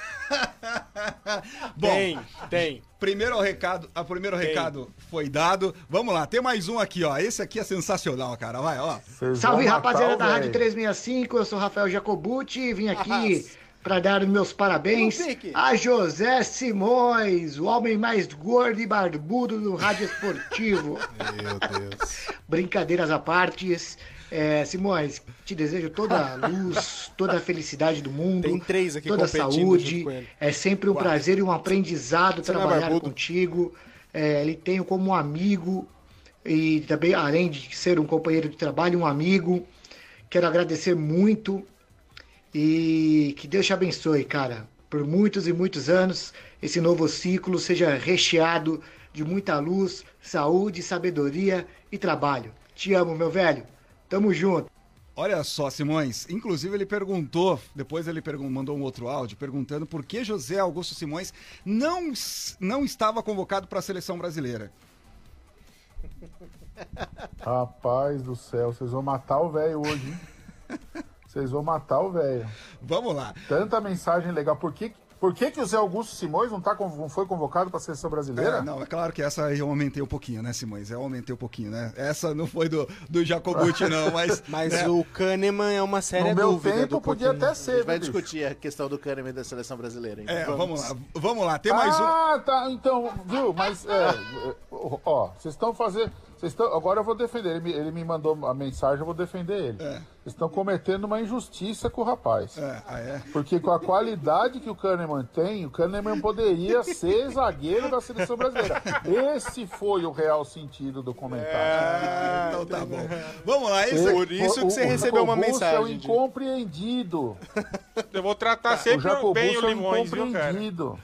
Bom, tem. Primeiro recado foi dado. Vamos lá, tem mais um aqui, ó. Esse aqui é sensacional, cara. Vai, ó. Salve, rapaziada da Rádio 365. Eu sou Rafael Jacobucci e vim aqui para dar os meus parabéns a José Simões, o homem mais gordo e barbudo do rádio esportivo. Meu Deus. Brincadeiras à parte. Simões, te desejo toda a luz, toda a felicidade do mundo. Tem 3 aqui toda a saúde. É sempre um 4. prazer e um aprendizado Você trabalhar contigo. Ele tenho como um amigo e também, além de ser um companheiro de trabalho, um amigo. Quero agradecer muito e que Deus te abençoe, cara. Por muitos e muitos anos, esse novo ciclo seja recheado de muita luz, saúde, sabedoria e trabalho. Te amo, meu velho. Tamo junto. Olha só, Simões, inclusive ele perguntou, depois ele mandou um outro áudio, perguntando por que José Augusto Simões não estava convocado para a seleção brasileira. Rapaz do céu, vocês vão matar o velho hoje, hein? Vocês vão matar o velho. Vamos lá. Tanta mensagem legal. Por que o Zé Augusto Simões não foi convocado para a seleção brasileira? Não, é claro que essa eu aumentei um pouquinho, né, Simões? Eu aumentei um pouquinho, né? Essa não foi do Jacobucci, não, mas... Mas né? o Kahneman é uma séria dúvida. No meu tempo podia até ser. A gente vai discutir a questão do Kahneman da seleção brasileira. Hein? Vamos lá. Tem mais um... Ah, tá, então, viu? Mas, ó, vocês estão fazendo... Agora eu vou defender. Ele me mandou a mensagem, eu vou defender ele. Vocês estão cometendo uma injustiça com o rapaz. Porque com a qualidade que o Kahneman tem, o Kahneman poderia ser zagueiro da seleção brasileira. Esse foi o real sentido do comentário. Então tá bom. Vamos lá. Por isso que você recebeu uma mensagem. É um incompreendido. Eu vou tratar sempre bem o Limões, viu, cara?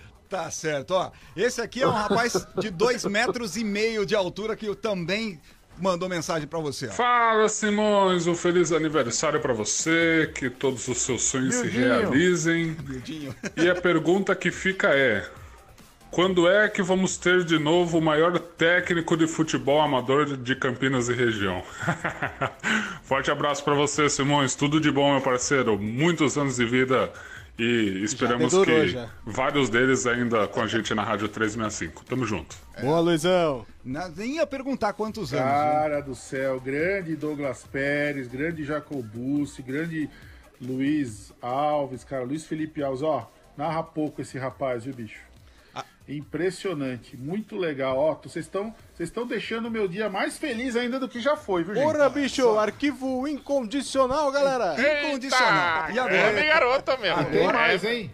Tá certo, ó. Esse aqui é um rapaz de 2,5 metros de altura que também mandou mensagem pra você. Ó. Fala, Simões, um feliz aniversário pra você, que todos os seus sonhos se realizem. E a pergunta que fica é: quando é que vamos ter de novo o maior técnico de futebol amador de Campinas e região? Forte abraço pra você, Simões, tudo de bom, meu parceiro, muitos anos de vida. E esperamos que vários deles ainda com a gente na Rádio 365. Tamo junto. Boa, Luizão. Nem ia perguntar quantos anos. Cara do céu, grande Douglas Pérez, grande Jacobussi, grande Luiz Alves, cara, Luiz Felipe Alves, ó, narra pouco esse rapaz, viu, bicho? Impressionante, muito legal, ó, vocês estão deixando o meu dia mais feliz ainda do que já foi, viu, gente? Porra, bicho, arquivo incondicional, galera. Incondicional. E agora? É garota mesmo. Tem mais, hein?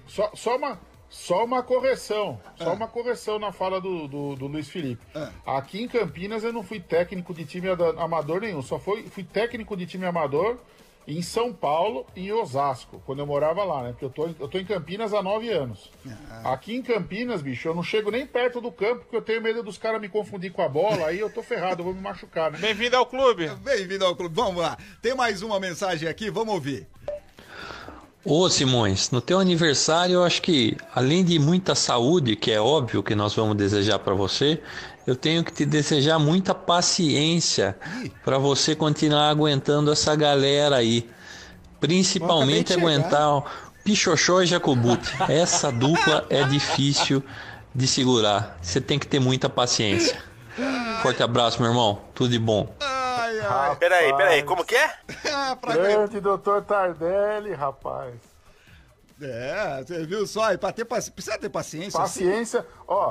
Só uma correção. Só uma correção na fala do Luiz Felipe. Aqui em Campinas eu não fui técnico de time amador nenhum. Só fui técnico de time amador em São Paulo e em Osasco, quando eu morava lá, né? Porque eu tô em Campinas há 9 anos. Aqui em Campinas, bicho, eu não chego nem perto do campo, porque eu tenho medo dos caras me confundir com a bola, aí eu tô ferrado, eu vou me machucar, né? Bem-vindo ao clube. Bem-vindo ao clube. Vamos lá. Tem mais uma mensagem aqui, vamos ouvir. Ô Simões, no teu aniversário eu acho que, além de muita saúde, que é óbvio que nós vamos desejar para você, eu tenho que te desejar muita paciência para você continuar aguentando essa galera aí. Principalmente aguentar o Pichochó e Jacobuti. Essa dupla é difícil de segurar. Você tem que ter muita paciência. Forte abraço, meu irmão. Tudo de bom. Peraí, como que é? Grande doutor Tardelli, rapaz. Você viu só? E precisa ter paciência. Paciência, assim? Ó.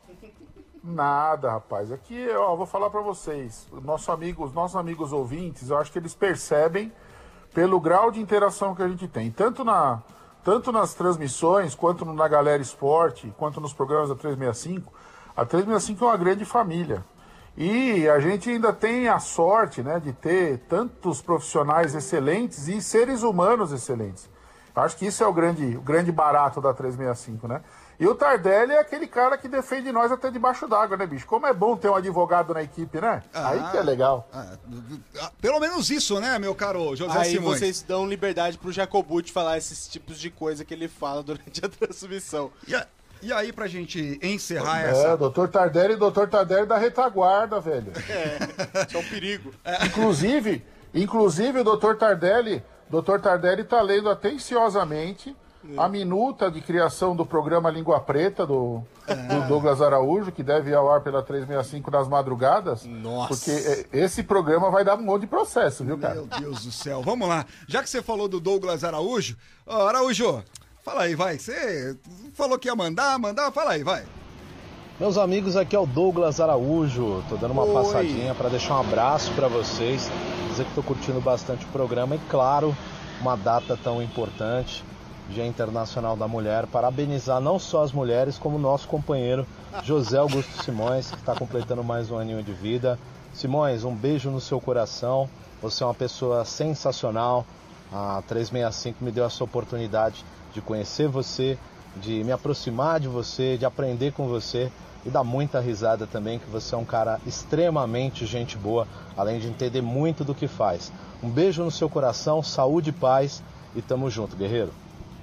Nada, rapaz. Aqui, ó, vou falar pra vocês. Os nossos amigos ouvintes, eu acho que eles percebem pelo grau de interação que a gente tem. Tanto nas transmissões, quanto na Galera Esporte, quanto nos programas da 365. A 365 é uma grande família. E a gente ainda tem a sorte, né, de ter tantos profissionais excelentes e seres humanos excelentes. Acho que isso é o grande barato da 365, né? E o Tardelli é aquele cara que defende nós até debaixo d'água, né, bicho? Como é bom ter um advogado na equipe, né? Aí que é legal. Pelo menos isso, né, meu caro José Aí Simões? vocês dão liberdade pro Jacobuti falar esses tipos de coisa que ele fala durante a transmissão. E aí, pra gente encerrar essa... Doutor Tardelli da retaguarda, velho. Isso é um perigo. Inclusive o Dr. Tardelli tá lendo atenciosamente a minuta de criação do programa Língua Preta do Douglas Araújo, que deve ir ao ar pela 365 das madrugadas. Nossa. Porque esse programa vai dar um monte de processo, viu, cara? Meu Deus do céu. Vamos lá. Já que você falou do Douglas Araújo, Araújo, fala aí, vai. Você falou que ia mandar, fala aí, vai. Meus amigos, aqui é o Douglas Araújo. Tô dando uma passadinha para deixar um abraço para vocês, dizer que tô curtindo bastante o programa e, claro, uma data tão importante, Dia Internacional da Mulher, parabenizar não só as mulheres, como o nosso companheiro José Augusto Simões, que está completando mais um aninho de vida. Simões, um beijo no seu coração, você é uma pessoa sensacional. A 365 me deu essa oportunidade de conhecer você, de me aproximar de você, de aprender com você e dar muita risada também, que você é um cara extremamente gente boa, além de entender muito do que faz. Um beijo no seu coração, saúde e paz e tamo junto, guerreiro.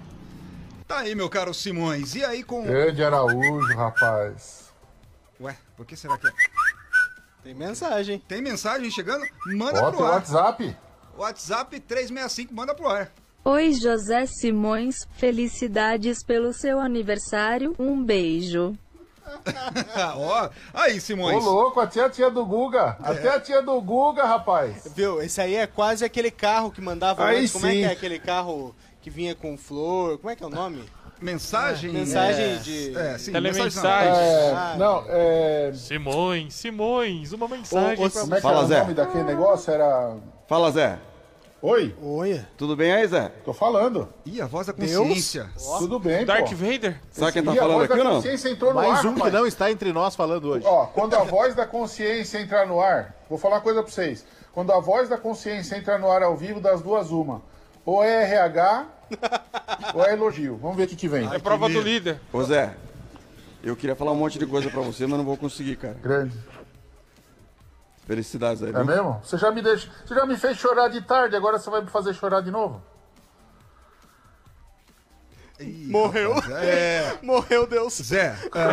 Tá aí, meu caro Simões. E aí com... Grande Araújo, rapaz. Ué, por que será que é? Tem mensagem. Tem mensagem chegando? Manda pro ar. WhatsApp. WhatsApp 365, manda pro ar. Oi, José Simões. Felicidades pelo seu aniversário. Um beijo. Ó, aí, Simões. Ô, louco, até a tia do Guga. Até a tia do Guga, rapaz. Viu? Esse aí é quase aquele carro que mandava aí antes. Sim. Como é que é aquele carro que vinha com flor? Como é que é o nome? Mensagem? Mensagem de... sim, telemensagem. Simões, uma mensagem pra Como é que era o nome daquele negócio? Era... Fala, Zé. Oi. Oi. Tudo bem aí, Zé? Tô falando. Ih, a voz da consciência. Tudo bem, Darth pô. Vader? Sabe quem tá falando aqui ou não? Entrou no Mais ar, um que rapaz. não está entre nós falando hoje. Ó, quando a voz da consciência entrar no ar, vou falar uma coisa pra vocês. Quando a voz da consciência entrar no ar ao vivo, das duas, uma. Ou é RH, ou é elogio. Vamos ver o que vem. É prova do líder. Ô, Zé, eu queria falar um monte de coisa pra você, mas não vou conseguir, cara. Grande. Felicidades aí, viu? É mesmo? Você já me fez chorar de tarde, agora você vai me fazer chorar de novo? Morreu. Morreu, Deus. Zé,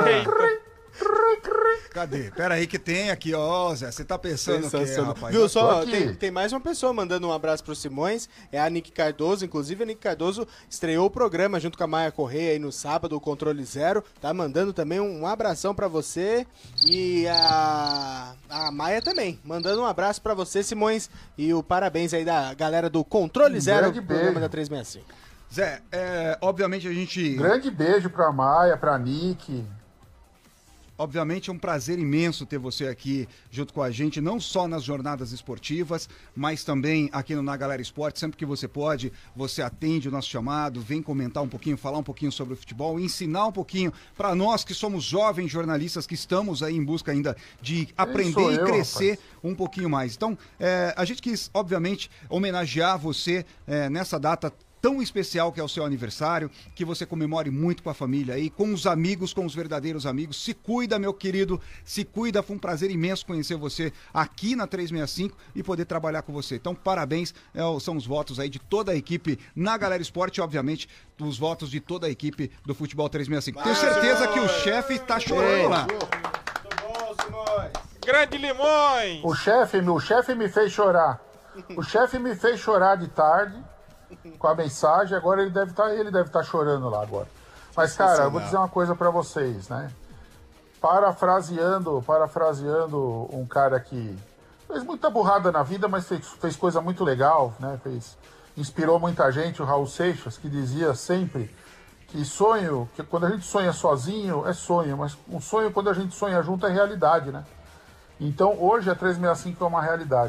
cadê? Pera aí que tem aqui, ó, Zé. Você tá pensando o quê, rapaz? Viu, só tem mais uma pessoa mandando um abraço pro Simões, é a Nick Cardoso. Inclusive, a Nick Cardoso estreou o programa junto com a Maia Correia aí no sábado, o Controle Zero. Tá mandando também um abração pra você. E a Maia também, mandando um abraço pra você, Simões. E o parabéns aí da galera do Controle Zero, do programa da 365. Zé, obviamente a gente... Grande beijo pra Maia, pra Nick. Obviamente é um prazer imenso ter você aqui junto com a gente, não só nas jornadas esportivas, mas também aqui no Na Galera Esporte. Sempre que você pode, você atende o nosso chamado, vem comentar um pouquinho, falar um pouquinho sobre o futebol, ensinar um pouquinho para nós que somos jovens jornalistas, que estamos aí em busca ainda de aprender e crescer um pouquinho mais. Então, a gente quis, obviamente, homenagear você nessa data tão especial que é o seu aniversário, que você comemore muito com a família aí, com os amigos, com os verdadeiros amigos. Se cuida, meu querido, se cuida. Foi um prazer imenso conhecer você aqui na 365 e poder trabalhar com você. Então, parabéns, são os votos aí de toda a equipe na Galera Esporte, obviamente, os votos de toda a equipe do Futebol 365. Tenho certeza que o chefe tá chorando lá. Grande Limões! O chefe me fez chorar. O chefe me fez chorar de tarde com a mensagem, agora ele deve estar chorando lá agora. Mas, cara, eu vou dizer uma coisa pra vocês, né? Parafraseando um cara que fez muita burrada na vida, mas fez coisa muito legal, né? Inspirou muita gente, o Raul Seixas, que dizia sempre que quando a gente sonha sozinho é sonho, mas um sonho quando a gente sonha junto é realidade, né? Então, hoje a 365 é uma realidade.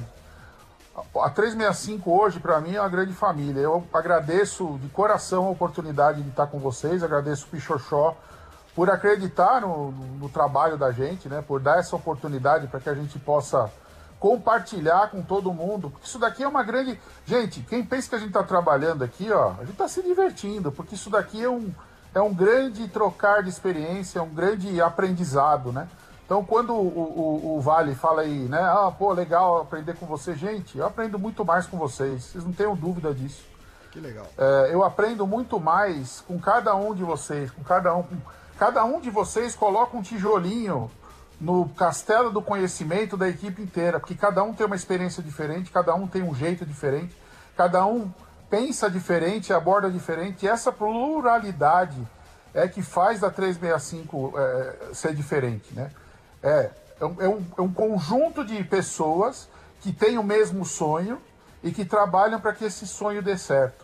A 365 hoje, para mim, é uma grande família. Eu agradeço de coração a oportunidade de estar com vocês, agradeço o Pichoxó por acreditar no trabalho da gente, né? Por dar essa oportunidade para que a gente possa compartilhar com todo mundo. Porque isso daqui é uma grande... Gente, quem pensa que a gente está trabalhando aqui, ó, a gente está se divertindo, porque isso daqui é um grande trocar de experiência, é um grande aprendizado, né? Então, quando o Vale fala aí, né? Ah, pô, legal aprender com você. Gente, eu aprendo muito mais com vocês. Vocês não tenham dúvida disso. Que legal. Eu aprendo muito mais com cada um de vocês. Cada um de vocês coloca um tijolinho no castelo do conhecimento da equipe inteira. Porque cada um tem uma experiência diferente, cada um tem um jeito diferente, cada um pensa diferente, aborda diferente. E essa pluralidade é que faz da 365 ser diferente, né? É um conjunto de pessoas que têm o mesmo sonho e que trabalham para que esse sonho dê certo.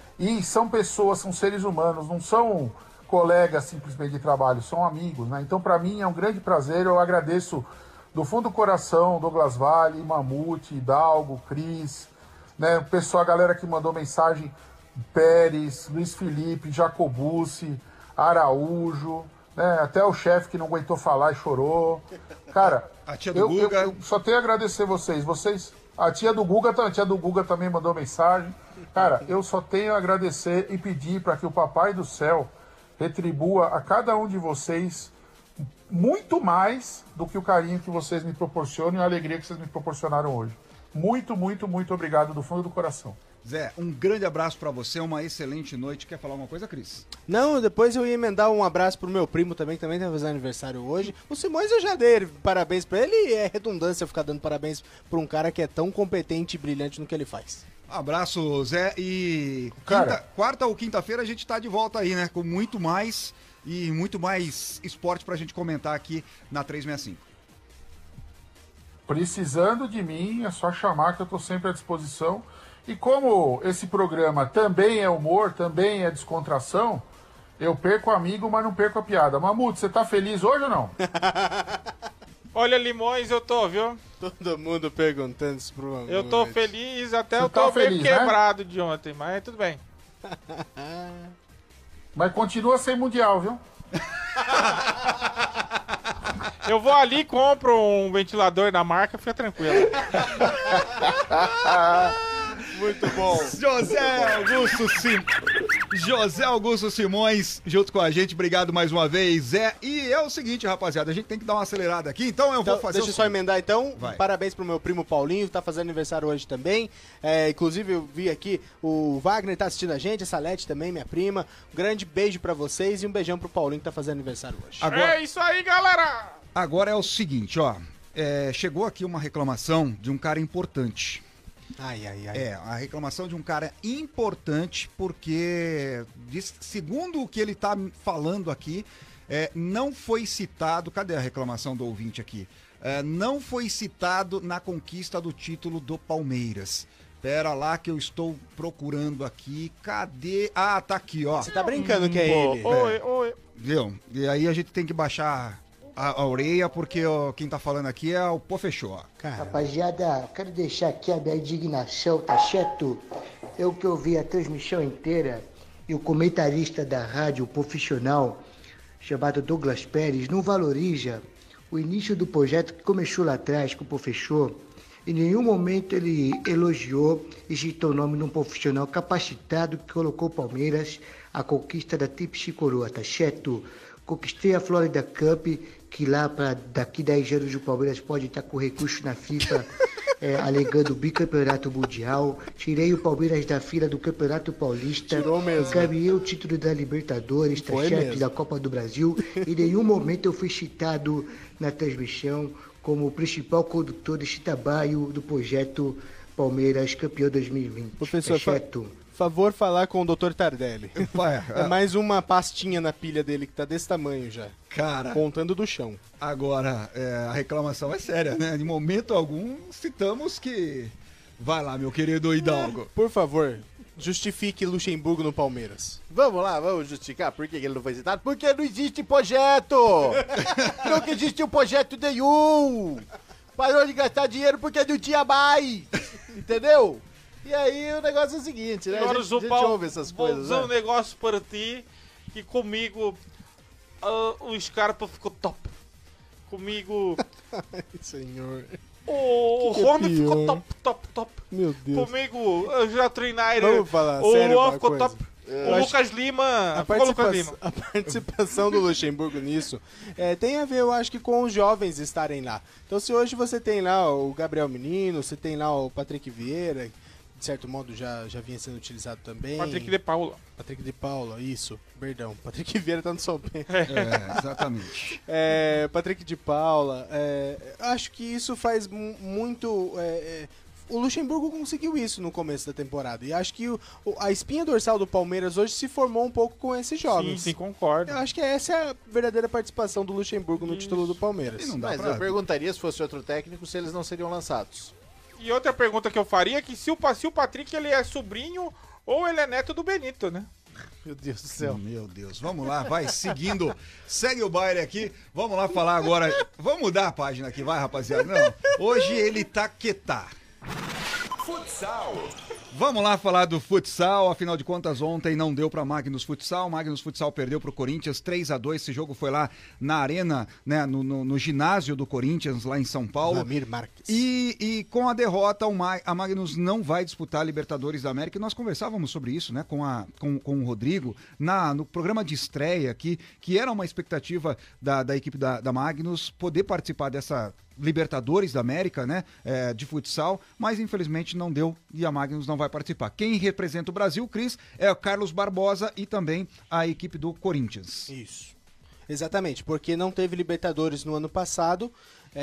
E são pessoas, são seres humanos, não são colegas simplesmente de trabalho, são amigos, né? Então, para mim, é um grande prazer. Eu agradeço do fundo do coração Douglas Vale, Mamute, Hidalgo, Cris, né? O pessoal, a galera que mandou mensagem, Pérez, Luiz Felipe, Jacobucci, Araújo, né? Até o chefe que não aguentou falar e chorou. Cara, a tia do Guga. Eu só tenho a agradecer vocês. A tia do Guga também mandou mensagem. Cara, eu só tenho a agradecer e pedir para que o Papai do Céu retribua a cada um de vocês muito mais do que o carinho que vocês me proporcionam e a alegria que vocês me proporcionaram hoje. Muito, muito, muito obrigado do fundo do coração. Zé, um grande abraço pra você, uma excelente noite. Quer falar uma coisa, Cris? Não, depois eu ia emendar um abraço pro meu primo também, que também tá fazendo aniversário hoje. O Simões eu já dei parabéns pra ele e é redundância ficar dando parabéns pra um cara que é tão competente e brilhante no que ele faz. Abraço, Zé, e quarta ou quinta-feira a gente tá de volta aí, né? Com muito mais esporte pra gente comentar aqui na 365. Precisando de mim, é só chamar que eu tô sempre à disposição. E como esse programa também é humor, também é descontração, eu perco o amigo, mas não perco a piada. Mamute, você tá feliz hoje ou não? Olha, Limões, eu tô, viu? Todo mundo perguntando isso pro Mamute. Eu tô feliz, até você eu tô meio quebrado, né? De ontem, mas tudo bem. Mas continua sem mundial, viu? Eu vou ali e compro um ventilador da marca, fica tranquilo. Muito bom. José Augusto Sim. José Augusto Simões, junto com a gente, obrigado mais uma vez. E é o seguinte, rapaziada, a gente tem que dar uma acelerada aqui, então eu vou fazer... Deixa eu só emendar então. Vai. Parabéns pro meu primo Paulinho, que tá fazendo aniversário hoje também. Inclusive eu vi aqui, o Wagner tá assistindo a gente, a Salete também, minha prima. Um grande beijo pra vocês e um beijão pro Paulinho que tá fazendo aniversário hoje. Agora- É isso aí, galera! Agora é o seguinte, ó, chegou aqui uma reclamação de um cara importante. Ai. A reclamação de um cara importante porque, segundo o que ele tá falando aqui, não foi citado... Cadê a reclamação do ouvinte aqui? Não foi citado na conquista do título do Palmeiras. Pera lá que eu estou procurando aqui. Cadê? Ah, tá aqui, ó. Você tá brincando que é ele. Oi. Viu? E aí a gente tem que baixar a orelha porque quem tá falando aqui é o Pô Fechou, ó. Rapaziada, quero deixar aqui a minha indignação, tá certo? Eu que ouvi a transmissão inteira e o comentarista da rádio profissional, chamado Douglas Pérez, não valoriza o início do projeto que começou lá atrás com o professor. Em nenhum momento ele elogiou e citou o nome de um profissional capacitado que colocou o Palmeiras à conquista da Tríplice Coroa, tá certo? Conquistei a Florida Cup, que lá para daqui 10 anos o Palmeiras pode estar com recurso na FIFA alegando o bicampeonato mundial. Tirei o Palmeiras da fila do Campeonato Paulista. Tirou mesmo. Caminhei o título da Libertadores, tá Foi certo? mesmo. Da Copa do Brasil. Em nenhum momento eu fui citado na transmissão como o principal condutor desse trabalho do projeto Palmeiras Campeão 2020. Professor, tá certo? favor falar com o Dr. Tardelli. Vai, É mais uma pastinha na pilha dele que tá desse tamanho já. Cara. Contando do chão. Agora, a reclamação é séria, né? Em momento algum, citamos que... Vai lá, meu querido Hidalgo. Por favor, justifique Luxemburgo no Palmeiras. Vamos lá, vamos justificar por que ele não foi citado? Porque não existe projeto! Nunca existiu projeto nenhum! Parou de gastar dinheiro porque não tinha mais! Entendeu? E aí o negócio é o seguinte, né? Agora A gente Paulo, ouve essas vou coisas, dizer né? um negócio para ti, que comigo o Scarpa ficou top. Comigo... Ai, senhor... O Que Rony é ficou pior? top. Meu Deus. Comigo, eu já treinei. Vamos falar O sério Luan uma ficou coisa. top. Eu O acho- Lucas Lima. A Ficou o Lucas Lima. participação do Luxemburgo nisso tem a ver, eu acho que com os jovens estarem lá. Então, se hoje você tem lá o Gabriel Menino, você tem lá o Patrick Vieira, de certo modo já vinha sendo utilizado também. Patrick de Paula. Patrick de Paula, isso, perdão. Patrick Vieira tá no São Bento. Exatamente. Patrick de Paula, acho que isso faz muito... o Luxemburgo conseguiu isso no começo da temporada. E acho que a espinha dorsal do Palmeiras hoje se formou um pouco com esses jovens. Sim, concordo. Eu acho que essa é a verdadeira participação do Luxemburgo no título do Palmeiras. Mas eu perguntaria, se fosse outro técnico, se eles não seriam lançados. E outra pergunta que eu faria é que se o Patrick ele é sobrinho ou ele é neto do Benito, né? Meu Deus do céu. Meu Deus, vamos lá, vai seguindo. Segue o baile aqui. Vamos lá falar agora. Vamos mudar a página aqui, vai, rapaziada. Não, hoje ele tá quietá. Futsal. Vamos lá falar do futsal, afinal de contas ontem não deu para Magnus Futsal, Magnus Futsal perdeu para o Corinthians 3-2, esse jogo foi lá na arena, né, no ginásio do Corinthians lá em São Paulo. Ramir Marques. E com a derrota a Magnus não vai disputar a Libertadores da América, e nós conversávamos sobre isso, né, com o Rodrigo, no programa de estreia aqui, que era uma expectativa da equipe da Magnus poder participar dessa Libertadores da América, né, de futsal, mas infelizmente não deu e a Magnus não vai participar. Quem representa o Brasil, Cris, é o Carlos Barbosa e também a equipe do Corinthians. Isso. Exatamente, porque não teve Libertadores no ano passado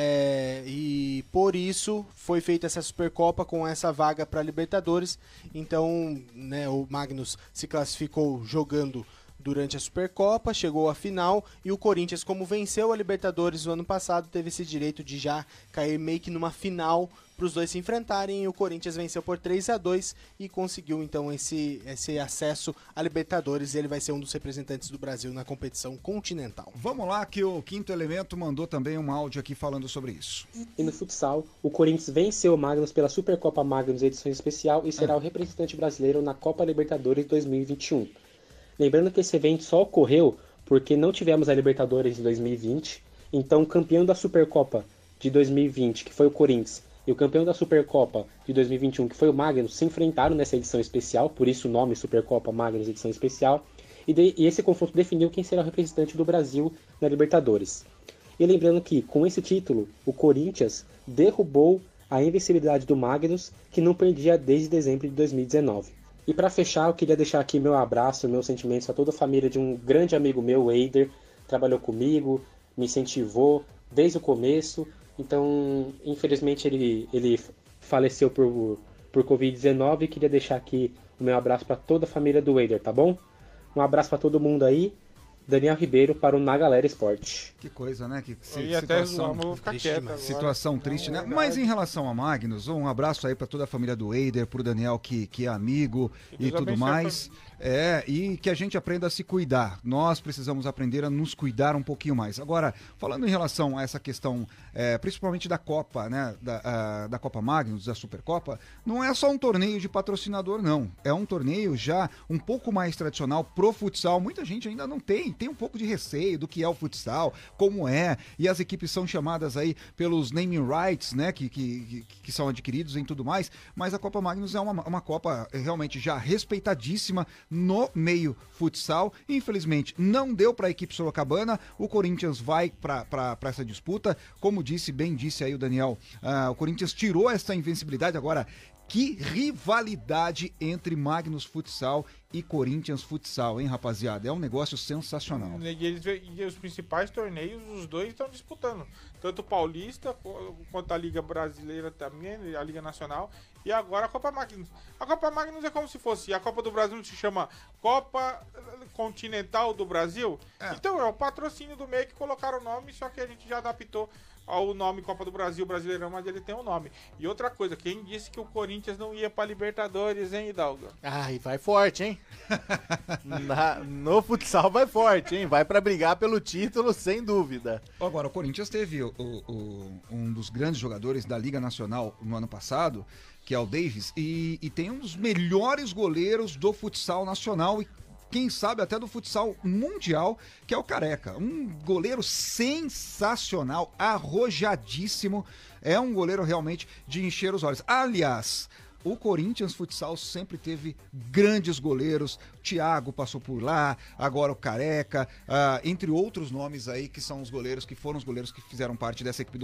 e por isso foi feita essa Supercopa com essa vaga para Libertadores. Então, né, o Magnus se classificou jogando durante a Supercopa, chegou à final e o Corinthians, como venceu a Libertadores no ano passado, teve esse direito de já cair meio que numa final para os dois se enfrentarem, e o Corinthians venceu por 3-2 e conseguiu então esse acesso à Libertadores, e ele vai ser um dos representantes do Brasil na competição continental. Vamos lá que o Quinto Elemento mandou também um áudio aqui falando sobre isso. E no futsal, o Corinthians venceu o Magnus pela Supercopa Magnus edição especial e será o representante brasileiro na Copa Libertadores 2021. Lembrando que esse evento só ocorreu porque não tivemos a Libertadores em 2020, então o campeão da Supercopa de 2020, que foi o Corinthians, e o campeão da Supercopa de 2021, que foi o Magnus, se enfrentaram nessa edição especial, por isso o nome Supercopa Magnus Edição Especial, e esse confronto definiu quem será o representante do Brasil na Libertadores. E lembrando que, com esse título, o Corinthians derrubou a invencibilidade do Magnus, que não perdia desde dezembro de 2019. E para fechar, eu queria deixar aqui meu abraço, meus sentimentos a toda a família de um grande amigo meu, o Eider, trabalhou comigo, me incentivou desde o começo. Então, infelizmente, ele faleceu por Covid-19 e queria deixar aqui o meu abraço para toda a família do Eider, tá bom? Um abraço para todo mundo aí. Daniel Ribeiro para o Na Galera Esporte. Que coisa, né? Que situação triste, né? Mas em relação a Magnus, um abraço aí para toda a família do Eider, pro Daniel que é amigo e tudo mais. E que a gente aprenda a se cuidar. Nós precisamos aprender a nos cuidar um pouquinho mais. Agora, falando em relação a essa questão, principalmente da Copa, né? Da Copa Magnus, da Supercopa, não é só um torneio de patrocinador, não. É um torneio já um pouco mais tradicional pro futsal. Muita gente ainda não tem um pouco de receio do que é o futsal, como é, e as equipes são chamadas aí pelos naming rights, né, que são adquiridos e tudo mais, mas a Copa Magnus é uma Copa realmente já respeitadíssima no meio futsal. Infelizmente, não deu para a equipe sorocabana, o Corinthians vai para essa disputa, como bem disse aí o Daniel, o Corinthians tirou essa invencibilidade. Agora, que rivalidade entre Magnus Futsal e Corinthians Futsal, hein, rapaziada? É um negócio sensacional. E os principais torneios, os dois estão disputando. Tanto o Paulista, quanto a Liga Brasileira também, a Liga Nacional, e agora a Copa Magnus. A Copa Magnus é como se fosse, a Copa do Brasil se chama Copa Continental do Brasil. Então é o patrocínio do meio que colocaram o nome, só que a gente já adaptou ao nome Copa do Brasil, Brasileirão, mas ele tem um nome. E outra coisa, quem disse que o Corinthians não ia pra Libertadores, hein, Hidalgo? E vai forte, hein? No futsal vai forte, hein? Vai pra brigar pelo título, sem dúvida. Agora, o Corinthians teve um dos grandes jogadores da Liga Nacional no ano passado, que é o Davis, e tem um dos melhores goleiros do futsal nacional e quem sabe até do futsal mundial, que é o Careca. Um goleiro sensacional, arrojadíssimo. É um goleiro realmente de encher os olhos. Aliás, o Corinthians Futsal sempre teve grandes goleiros. O Thiago passou por lá, agora o Careca, entre outros nomes aí que são os goleiros, que foram os goleiros que fizeram parte dessa equipe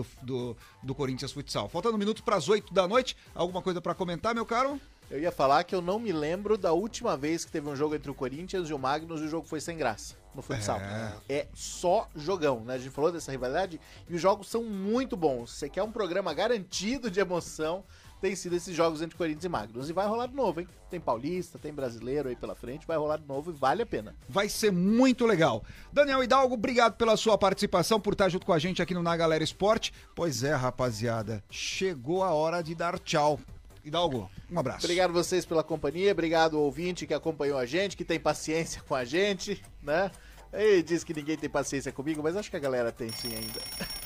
do Corinthians Futsal. Faltando minutos para as 8 da noite. Alguma coisa para comentar, meu caro? Eu ia falar que eu não me lembro da última vez que teve um jogo entre o Corinthians e o Magnus e o jogo foi sem graça no futsal. É só jogão, né? A gente falou dessa rivalidade e os jogos são muito bons. Se você quer um programa garantido de emoção, tem sido esses jogos entre Corinthians e Magnus. E vai rolar de novo, hein? Tem Paulista, tem Brasileiro aí pela frente, vai rolar de novo e vale a pena. Vai ser muito legal. Daniel Hidalgo, obrigado pela sua participação, por estar junto com a gente aqui no Na Galera Esporte. Pois é, rapaziada, chegou a hora de dar tchau. Hidalgo, um abraço. Obrigado a vocês pela companhia, obrigado ao ouvinte que acompanhou a gente, que tem paciência com a gente, né? Ele diz que ninguém tem paciência comigo, mas acho que a galera tem sim ainda.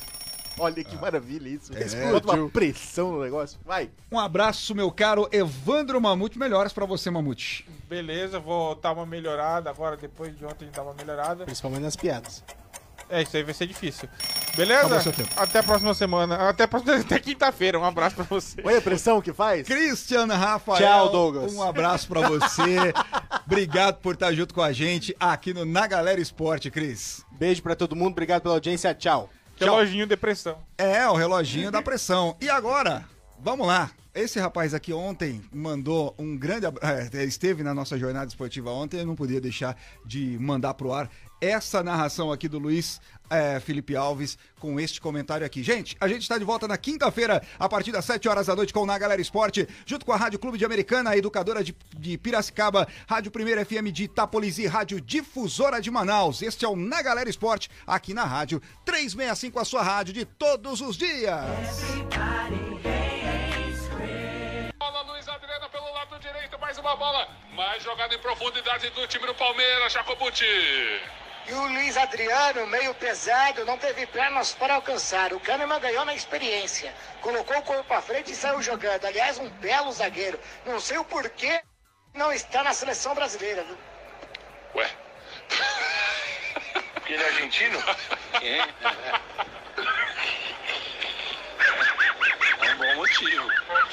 Olha que maravilha isso. Bota uma pressão no negócio. Vai. Um abraço, meu caro Evandro Mamute. Melhoras pra você, Mamute. Beleza, vou dar uma melhorada agora, depois de ontem dar uma melhorada. Principalmente nas piadas. Isso aí vai ser difícil. Beleza? Até a próxima semana. Até quinta-feira. Um abraço pra você. Olha a pressão que faz. Cristian Rafael. Tchau, Douglas. Um abraço pra você. Obrigado por estar junto com a gente aqui no Na Galera Esporte, Cris. Beijo pra todo mundo. Obrigado pela audiência. Tchau. Reloginho de pressão. O reloginho da pressão. E agora, vamos lá. Esse rapaz aqui ontem mandou um grande... esteve na nossa jornada esportiva ontem, eu não podia deixar de mandar pro ar essa narração aqui do Luiz Felipe Alves com este comentário aqui. Gente, a gente está de volta na quinta-feira, a partir das 7 horas da noite com o Na Galera Esporte, junto com a Rádio Clube de Americana, a Educadora de Piracicaba, Rádio Primeira FM de Itápolis e Rádio Difusora de Manaus. Este é o Na Galera Esporte, aqui na Rádio 365, a sua rádio de todos os dias. Bola Luiz Adriano pelo lado direito, mais uma bola, mais jogada em profundidade do time do Palmeiras, Jacobuti. E o Luiz Adriano, meio pesado, não teve pernas para alcançar. O Kahneman ganhou na experiência. Colocou o corpo à frente e saiu jogando. Aliás, um belo zagueiro. Não sei o porquê não está na seleção brasileira, viu? Ué? Porque ele é argentino? É um bom motivo. motivo.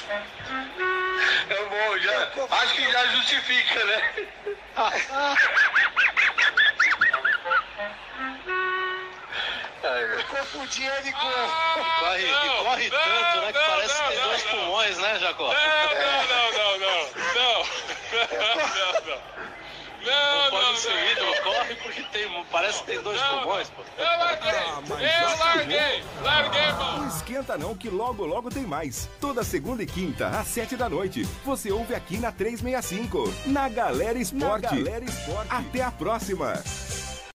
É bom, já. Acho que já justifica, né? Eu confundi ele com... Corre tanto, né? Que parece que tem 2 pulmões, né, Jacó? Não pode ser ídolo, corre porque parece que tem 2 pulmões, pô. Eu larguei, mano. Não esquenta não, que logo tem mais. Toda segunda e quinta, às 7 da noite, você ouve aqui na 365, na Galera Esporte. Até a próxima.